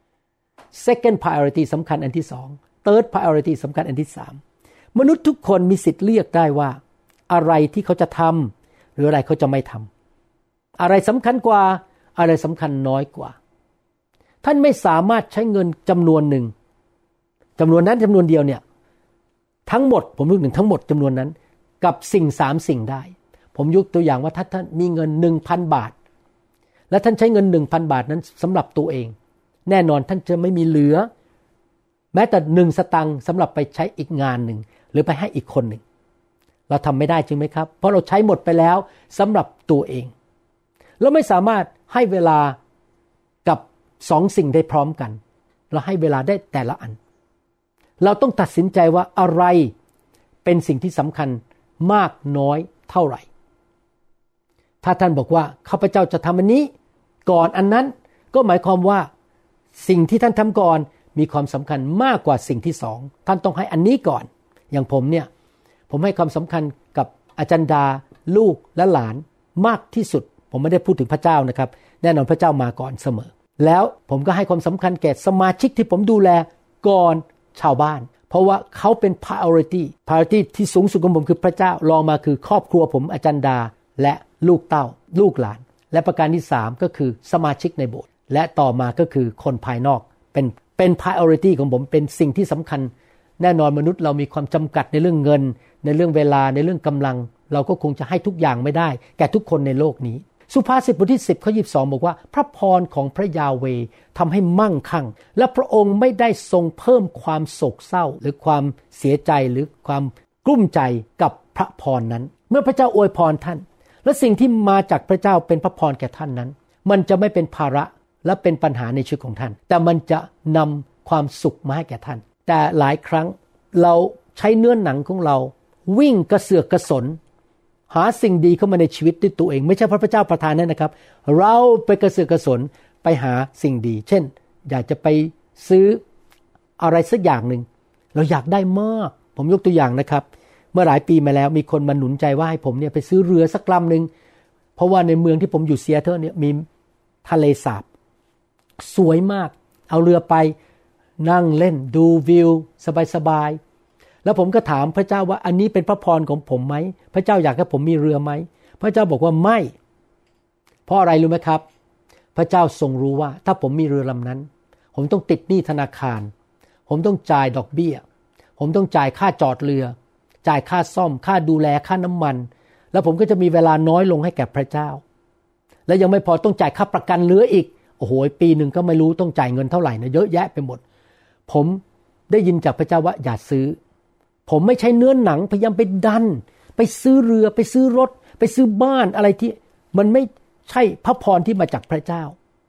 second priority สำคัญอันที่สอง third priority สำคัญอันที่สามมนุษย์ทุกคนมีสิทธิ์เลือกได้ว่าอะไรที่เขาจะทำหรืออะไรเขาจะไม่ทำอะไรสำคัญกว่าอะไรสำคัญน้อยกว่าท่านไม่สามารถใช้เงินจำนวนหนึ่งจำนวนนั้นจำนวนเดียวเนี่ยทั้งหมดผมยกถึงทั้งหมดจำนวนนั้นกับสิ่งสามสิ่งได้ผมยกตัวอย่างว่าถ้าท่านมีเงิน หนึ่งพัน บาทและท่านใช้เงิน หนึ่งพัน บาทนั้นสำหรับตัวเองแน่นอนท่านจะไม่มีเหลือแม้แต่หนึ่งสตังค์สำหรับไปใช้อีกงานหนึ่งหรือไปให้อีกคนหนึ่งเราทำไม่ได้จริงไหมครับเพราะเราใช้หมดไปแล้วสำหรับตัวเองเราไม่สามารถให้เวลากับสองสิ่งได้พร้อมกันเราให้เวลาได้แต่ละอันเราต้องตัดสินใจว่าอะไรเป็นสิ่งที่สำคัญมากน้อยเท่าไหร่ถ้าท่านบอกว่าข้าพเจ้าจะทำอันนี้ก่อนอันนั้นก็หมายความว่าสิ่งที่ท่านทำก่อนมีความสำคัญมากกว่าสิ่งที่สองท่านต้องให้อันนี้ก่อนอย่างผมเนี่ยผมให้ความสำคัญกับอาจารย์ดาลูกและหลานมากที่สุดผมไม่ได้พูดถึงพระเจ้านะครับแน่นอนพระเจ้ามาก่อนเสมอแล้วผมก็ให้ความสำคัญแก่สมาชิกที่ผมดูแลก่อนชาวบ้านเพราะว่าเขาเป็น priority priority ที่สูงสุดของผมคือพระเจ้ารองมาคือครอบครัวผมอาจารย์ดาและลูกเต้าลูกหลานและประการที่สามก็คือสมาชิกในโบสถ์และต่อมาก็คือคนภายนอกเป็นเป็น priority ของผมเป็นสิ่งที่สำคัญแน่นอนมนุษย์เรามีความจำกัดในเรื่องเงินในเรื่องเวลาในเรื่องกำลังเราก็คงจะให้ทุกอย่างไม่ได้แก่ทุกคนในโลกนี้สุภาษิตบทที่สิบข้อยี่สิบสองบอกว่าพระพรของพระยาเวห์ทำให้มั่งคั่งและพระองค์ไม่ได้ทรงเพิ่มความโศกเศร้าหรือความเสียใจหรือความกลุ้มใจกับพระพรนั้นเมื่อพระเจ้าอวยพรท่านและสิ่งที่มาจากพระเจ้าเป็นพระพรแก่ท่านนั้นมันจะไม่เป็นภาระและเป็นปัญหาในชีวิตของท่านแต่มันจะนำความสุขมาให้แก่ท่านแต่หลายครั้งเราใช้เนื้อหนังของเราวิ่งกระเสือกกระสนหาสิ่งดีเข้ามาในชีวิตด้วยตัวเองไม่ใช่พระเจ้าประทานนั่นนะครับเราไปกระเสือกกระสนไปหาสิ่งดีเช่นอยากจะไปซื้ออะไรสักอย่างหนึ่งเราอยากได้มากผมยกตัวอย่างนะครับเมื่อหลายปีมาแล้วมีคนมาหนุนใจว่าให้ผมเนี่ยไปซื้อเรือสักลำนึงเพราะว่าในเมืองที่ผมอยู่เซียเทิลเนี่ยมีทะเลสาบสวยมากเอาเรือไปนั่งเล่นดูวิวสบายๆแล้วผมก็ถามพระเจ้าว่าอันนี้เป็นพระพรของผมไหมพระเจ้าอยากให้ผมมีเรือไหมพระเจ้าบอกว่าไม่เพราะอะไรรู้ไหมครับพระเจ้าทรงรู้ว่าถ้าผมมีเรือลำนั้นผมต้องติดหนี้ธนาคารผมต้องจ่ายดอกเบี้ยผมต้องจ่ายค่าจอดเรือจ่ายค่าซ่อมค่าดูแลค่าน้ำมันแล้วผมก็จะมีเวลาน้อยลงให้แก่พระเจ้าและยังไม่พอต้องจ่ายค่าประกันเรืออีกโอ้โหปีนึงก็ไม่รู้ต้องจ่ายเงินเท่าไหร่นะเยอะแยะไปหมดผมได้ยินจากพระเจ้าว่าอย่าซื้อผมไม่ใช่เนื้อหนังพยายามไปดันไปซื้อเรือไปซื้อรถไปซื้อบ้านอะไรที่มันไม่ใช่พระพรที่มาจากพระเจ้า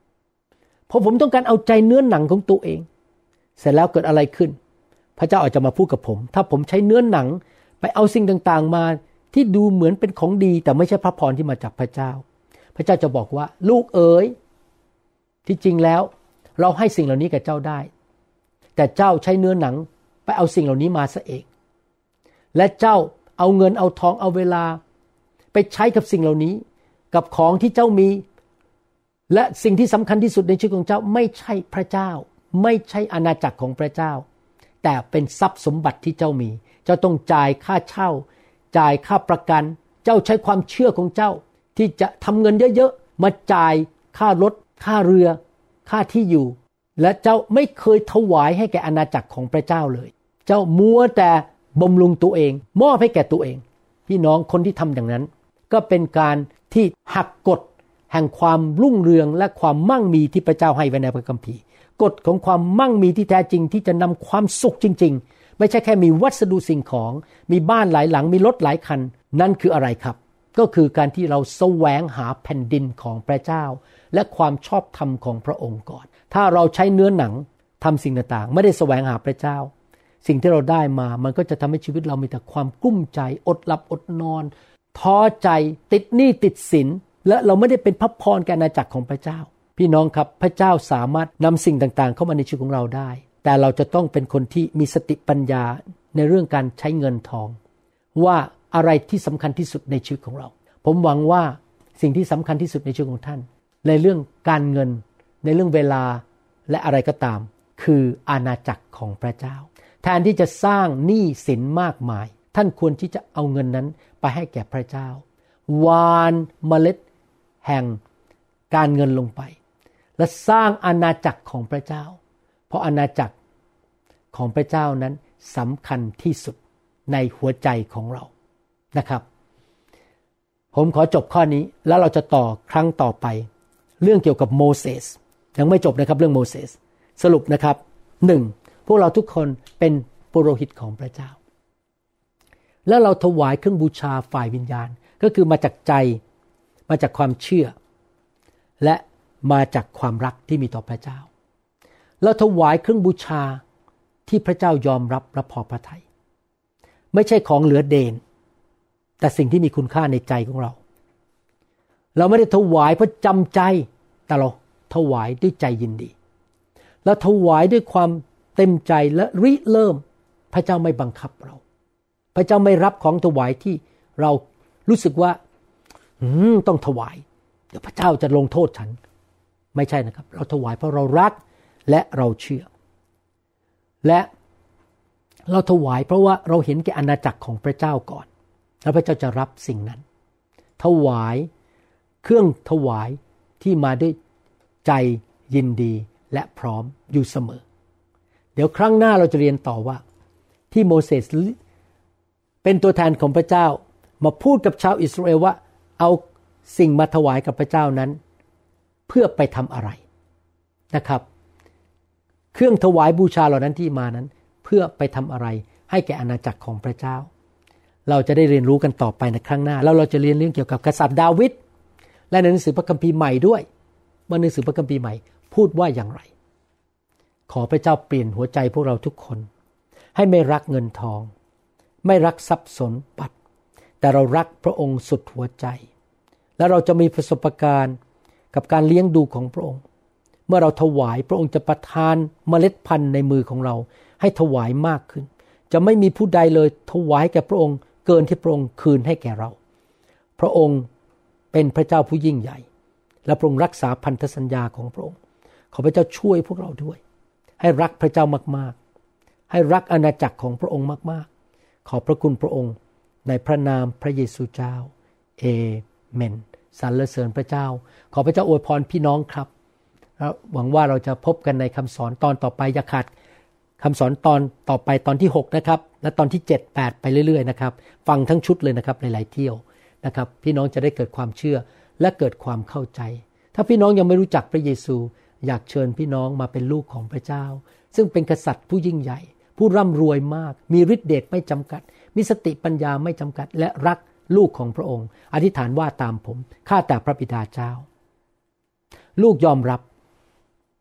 เพราะผมต้องการเอาใจเนื้อหนังของตัวเองเสร็จแล้วเกิดอะไรขึ้นพระเจ้าอาจจะมาพูดกับผมถ้าผมใช้เนื้อหนังไปเอาสิ่งต่างๆมาที่ดูเหมือนเป็นของดีแต่ไม่ใช่พระพรที่มาจากพระเจ้าพระเจ้าจะบอกว่าลูกเอ๋ยที่จริงแล้วเราให้สิ่งเหล่านี้แก่เจ้าได้แต่เจ้าใช้เนื้อหนังไปเอาสิ่งเหล่านี้มาซะเองและเจ้าเอาเงินเอาทองเอาเวลาไปใช้กับสิ่งเหล่านี้กับของที่เจ้ามีและสิ่งที่สำคัญที่สุดในชีวิตของเจ้าไม่ใช่พระเจ้าไม่ใช่อาณาจักรของพระเจ้าแต่เป็นทรัพย์สมบัติที่เจ้ามีเจ้าต้องจ่ายค่าเช่าจ่ายค่าประกันเจ้าใช้ความเชื่อของเจ้าที่จะทำเงินเยอะๆมาจ่ายค่ารถค่าเรือค่าที่อยู่และเจ้าไม่เคยถวายให้แก่อาณาจักรของพระเจ้าเลยเจ้ามัวแต่บำรุงตัวเองมอบให้แก่ตัวเองพี่น้องคนที่ทำอย่างนั้นก็เป็นการที่หักกฎแห่งความรุ่งเรืองและความมั่งมีที่พระเจ้าให้ไว้ในพระคัมภีร์กฎของความมั่งมีที่แท้จริงที่จะนำความสุขจริงๆไม่ใช่แค่มีวัสดุสิ่งของมีบ้านหลายหลังมีรถหลายคันนั่นคืออะไรครับก็คือการที่เราแสวงหาแผ่นดินของพระเจ้าและความชอบธรรมของพระองค์ก่อนถ้าเราใช้เนื้อหนังทำสิ่งต่างๆไม่ได้แสวงหาพระเจ้าสิ่งที่เราได้มามันก็จะทำให้ชีวิตเรามีแต่ความกุ้มใจอดหลับอดนอนท้อใจติดหนี้ติดสินและเราไม่ได้เป็นพระพรแก่อาณาจักรของพระเจ้าพี่น้องครับพระเจ้าสามารถนำสิ่งต่างๆเข้ามาในชีวิตของเราได้แต่เราจะต้องเป็นคนที่มีสติปัญญาในเรื่องการใช้เงินทองว่าอะไรที่สำคัญที่สุดในชีวิตของเราผมหวังว่าสิ่งที่สำคัญที่สุดในชีวิตของท่านในเรื่องการเงินในเรื่องเวลาและอะไรก็ตามคืออาณาจักรของพระเจ้าแทนที่จะสร้างหนี้สินมากมายท่านควรที่จะเอาเงินนั้นไปให้แก่พระเจ้าวานเมล็ดแห่งการเงินลงไปและสร้างอาณาจักรของพระเจ้าเพราะอาณาจักรของพระเจ้านั้นสำคัญที่สุดในหัวใจของเรานะครับผมขอจบข้อนี้แล้วเราจะต่อครั้งต่อไปเรื่องเกี่ยวกับโมเสสยังไม่จบนะครับเรื่องโมเสสสรุปนะครับหนึ่งพวกเราทุกคนเป็นปุโรหิตของพระเจ้าแล้วเราถวายเครื่องบูชาฝ่ายวิญญาณก็คือมาจากใจมาจากความเชื่อและมาจากความรักที่มีต่อพระเจ้าเราถวายเครื่องบูชาที่พระเจ้ายอมรับและพอพระทัยไม่ใช่ของเหลือเดนแต่สิ่งที่มีคุณค่าในใจของเราเราไม่ได้ถวายเพราะจำใจแต่เราถวายด้วยใจยินดีเราถวายด้วยความเต็มใจและริเริ่มพระเจ้าไม่บังคับเราพระเจ้าไม่รับของถวายที่เรารู้สึกว่าต้องถวายเดี๋ยวพระเจ้าจะลงโทษฉันไม่ใช่นะครับเราถวายเพราะเรารักและเราเชื่อและเราถวายเพราะว่าเราเห็นแก่อาณาจักรของพระเจ้าก่อนแล้วพระเจ้าจะรับสิ่งนั้นถวายเครื่องถวายที่มาด้วยใจยินดีและพร้อมอยู่เสมอเดี๋ยวครั้งหน้าเราจะเรียนต่อว่าที่โมเสสเป็นตัวแทนของพระเจ้ามาพูดกับชาวอิสราเอลว่าเอาสิ่งมาถวายกับพระเจ้านั้นเพื่อไปทำอะไรนะครับเครื่องถวายบูชาเหล่านั้นที่มานั้นเพื่อไปทำอะไรให้แก่อาณาจักรของพระเจ้าเราจะได้เรียนรู้กันต่อไปในครั้งหน้าแล้วเราจะเรียนเรื่องเกี่ยวกับกษัตริย์ดาวิดและในหนังสือพระคัมภีร์ใหม่ด้วยว่าหนังสือพระคัมภีร์ใหม่พูดว่าอย่างไรขอพระเจ้าเปลี่ยนหัวใจพวกเราทุกคนให้ไม่รักเงินทองไม่รักทรัพย์สมบัติแต่เรารักพระองค์สุดหัวใจและเราจะมีประสบการณ์กับการเลี้ยงดูของพระองค์เมื่อเราถวายพระองค์จะประทานเมล็ดพันธุ์ในมือของเราให้ถวายมากขึ้นจะไม่มีผู้ใดเลยถวายแก่พระองค์เกินที่พระองค์คืนให้แก่เราพระองค์เป็นพระเจ้าผู้ยิ่งใหญ่และพระองค์รักษาพันธสัญญาของพระองค์ขอพระเจ้าช่วยพวกเราด้วยให้รักพระเจ้ามากๆให้รักอาณาจักรของพระองค์มากๆขอบพระคุณพระองค์ในพระนามพระเยซูเจ้าเอเมนสรรเสริญพระเจ้าขอพระเจ้าอวยพรพี่น้องครับแล้วหวังว่าเราจะพบกันในคำสอนตอนต่อไปอย่าขาดคำสอนตอนต่อไปตอนที่หกนะครับและตอนที่เจ็ด แปดไปเรื่อยๆนะครับฟังทั้งชุดเลยนะครับหลายๆเที่ยวนะครับพี่น้องจะได้เกิดความเชื่อและเกิดความเข้าใจถ้าพี่น้องยังไม่รู้จักพระเยซูอยากเชิญพี่น้องมาเป็นลูกของพระเจ้าซึ่งเป็นกษัตริย์ผู้ยิ่งใหญ่ผู้ร่ำรวยมากมีฤทธิเดชไม่จำกัดมีสติปัญญาไม่จำกัดและรักลูกของพระองค์อธิษฐานว่าตามผมข้าแต่พระบิดาเจ้าลูกยอมรับ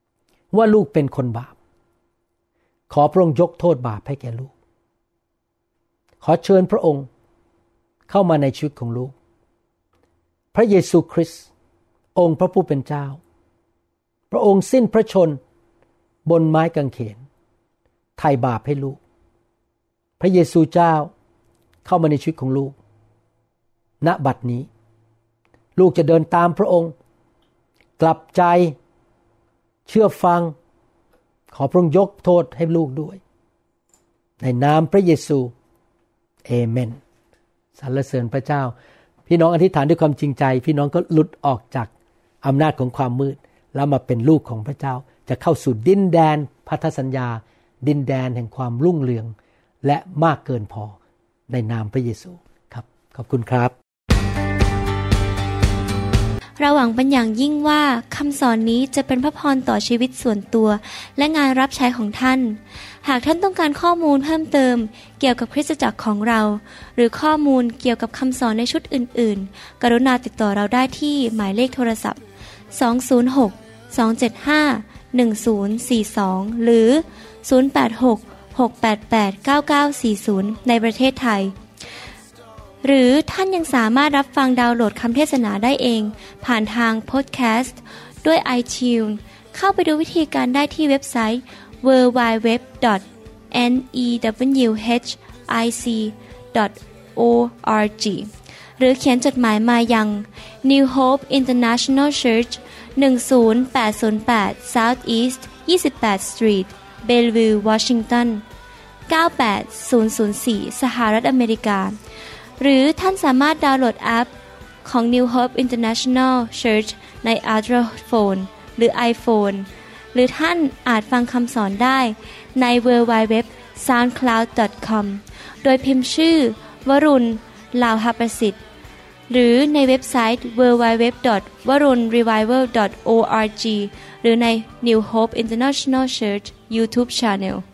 ว่าลูกเป็นคนบาปขอพระองค์ยกโทษบาปให้แก่ลูกขอเชิญพระองค์เข้ามาในชีวิตของลูกพระเยซูคริสต์องค์พระผู้เป็นเจ้าพระองค์สิ้นพระชนบนไม้กางเขนไถ่บาปให้ลูกพระเยซูเจ้าเข้ามาในชีวิตของลูกณบัดนี้ลูกจะเดินตามพระองค์กลับใจเชื่อฟังขอพระองค์ยกโทษให้ลูกด้วยในนามพระเยซูเอเมนสรรเสริญพระเจ้าพี่น้องอธิษฐานด้วยความจริงใจพี่น้องก็หลุดออกจากอำนาจของความมืดแล้วมาเป็นลูกของพระเจ้าจะเข้าสู่ดินแดนพันธสัญญาดินแดนแห่งความรุ่งเรืองและมากเกินพอในนามพระเยซูครับขอบคุณครับเราหวังเป็นอย่างยิ่งว่าคำสอนนี้จะเป็นพระพรต่อชีวิตส่วนตัวและงานรับใช้ของท่านหากท่านต้องการข้อมูลเพิ่มเติมเกี่ยวกับคริสตจักรของเราหรือข้อมูลเกี่ยวกับคำสอนในชุดอื่นๆกรุณาติดต่อเราได้ที่หมายเลขโทรศัพท์สอง ศูนย์ หก สอง เจ็ด ห้า หนึ่ง ศูนย์ สี่ สองหรือศูนย์ แปด หก หก แปด แปด เก้า เก้า สี่ ศูนย์ในประเทศไทยหรือท่านยังสามารถรับฟังดาวน์โหลดคำเทศนาได้เองผ่านทางพอดแคสต์ด้วย iTunes เข้าไปดูวิธีการได้ที่เว็บไซต์ ดับเบิลยู ดับเบิลยู ดับเบิลยู ดอท เน อี ดับเบิลยู เอช ไอ ซี ดอท โอ อาร์ จี หรือเขียนจดหมายมายัง New Hope International Church หนึ่ง ศูนย์ แปด ศูนย์ แปด South East ยี่สิบแปด Street Bellevue Washington เก้า แปด ศูนย์ ศูนย์ สี่ สหรัฐอเมริกาหรือท่านสามารถดาวน์โหลดแอปของ New Hope International Church ใน Android Phone หรือ iPhone หรือท่านอาจฟังคำสอนได้ใน ดับเบิลยู ดับเบิลยู ดับเบิลยู ดอท ซาวด์คลาวด์ ดอท คอม โดยพิมพ์ชื่อวรุณ ลาวหประสิทธิ์หรือในเว็บไซต์ ดับเบิลยู ดับเบิลยู ดับเบิลยู ดอท วรุณ รีไววัล ดอท โอ อาร์ จี หรือใน New Hope International Church YouTube Channel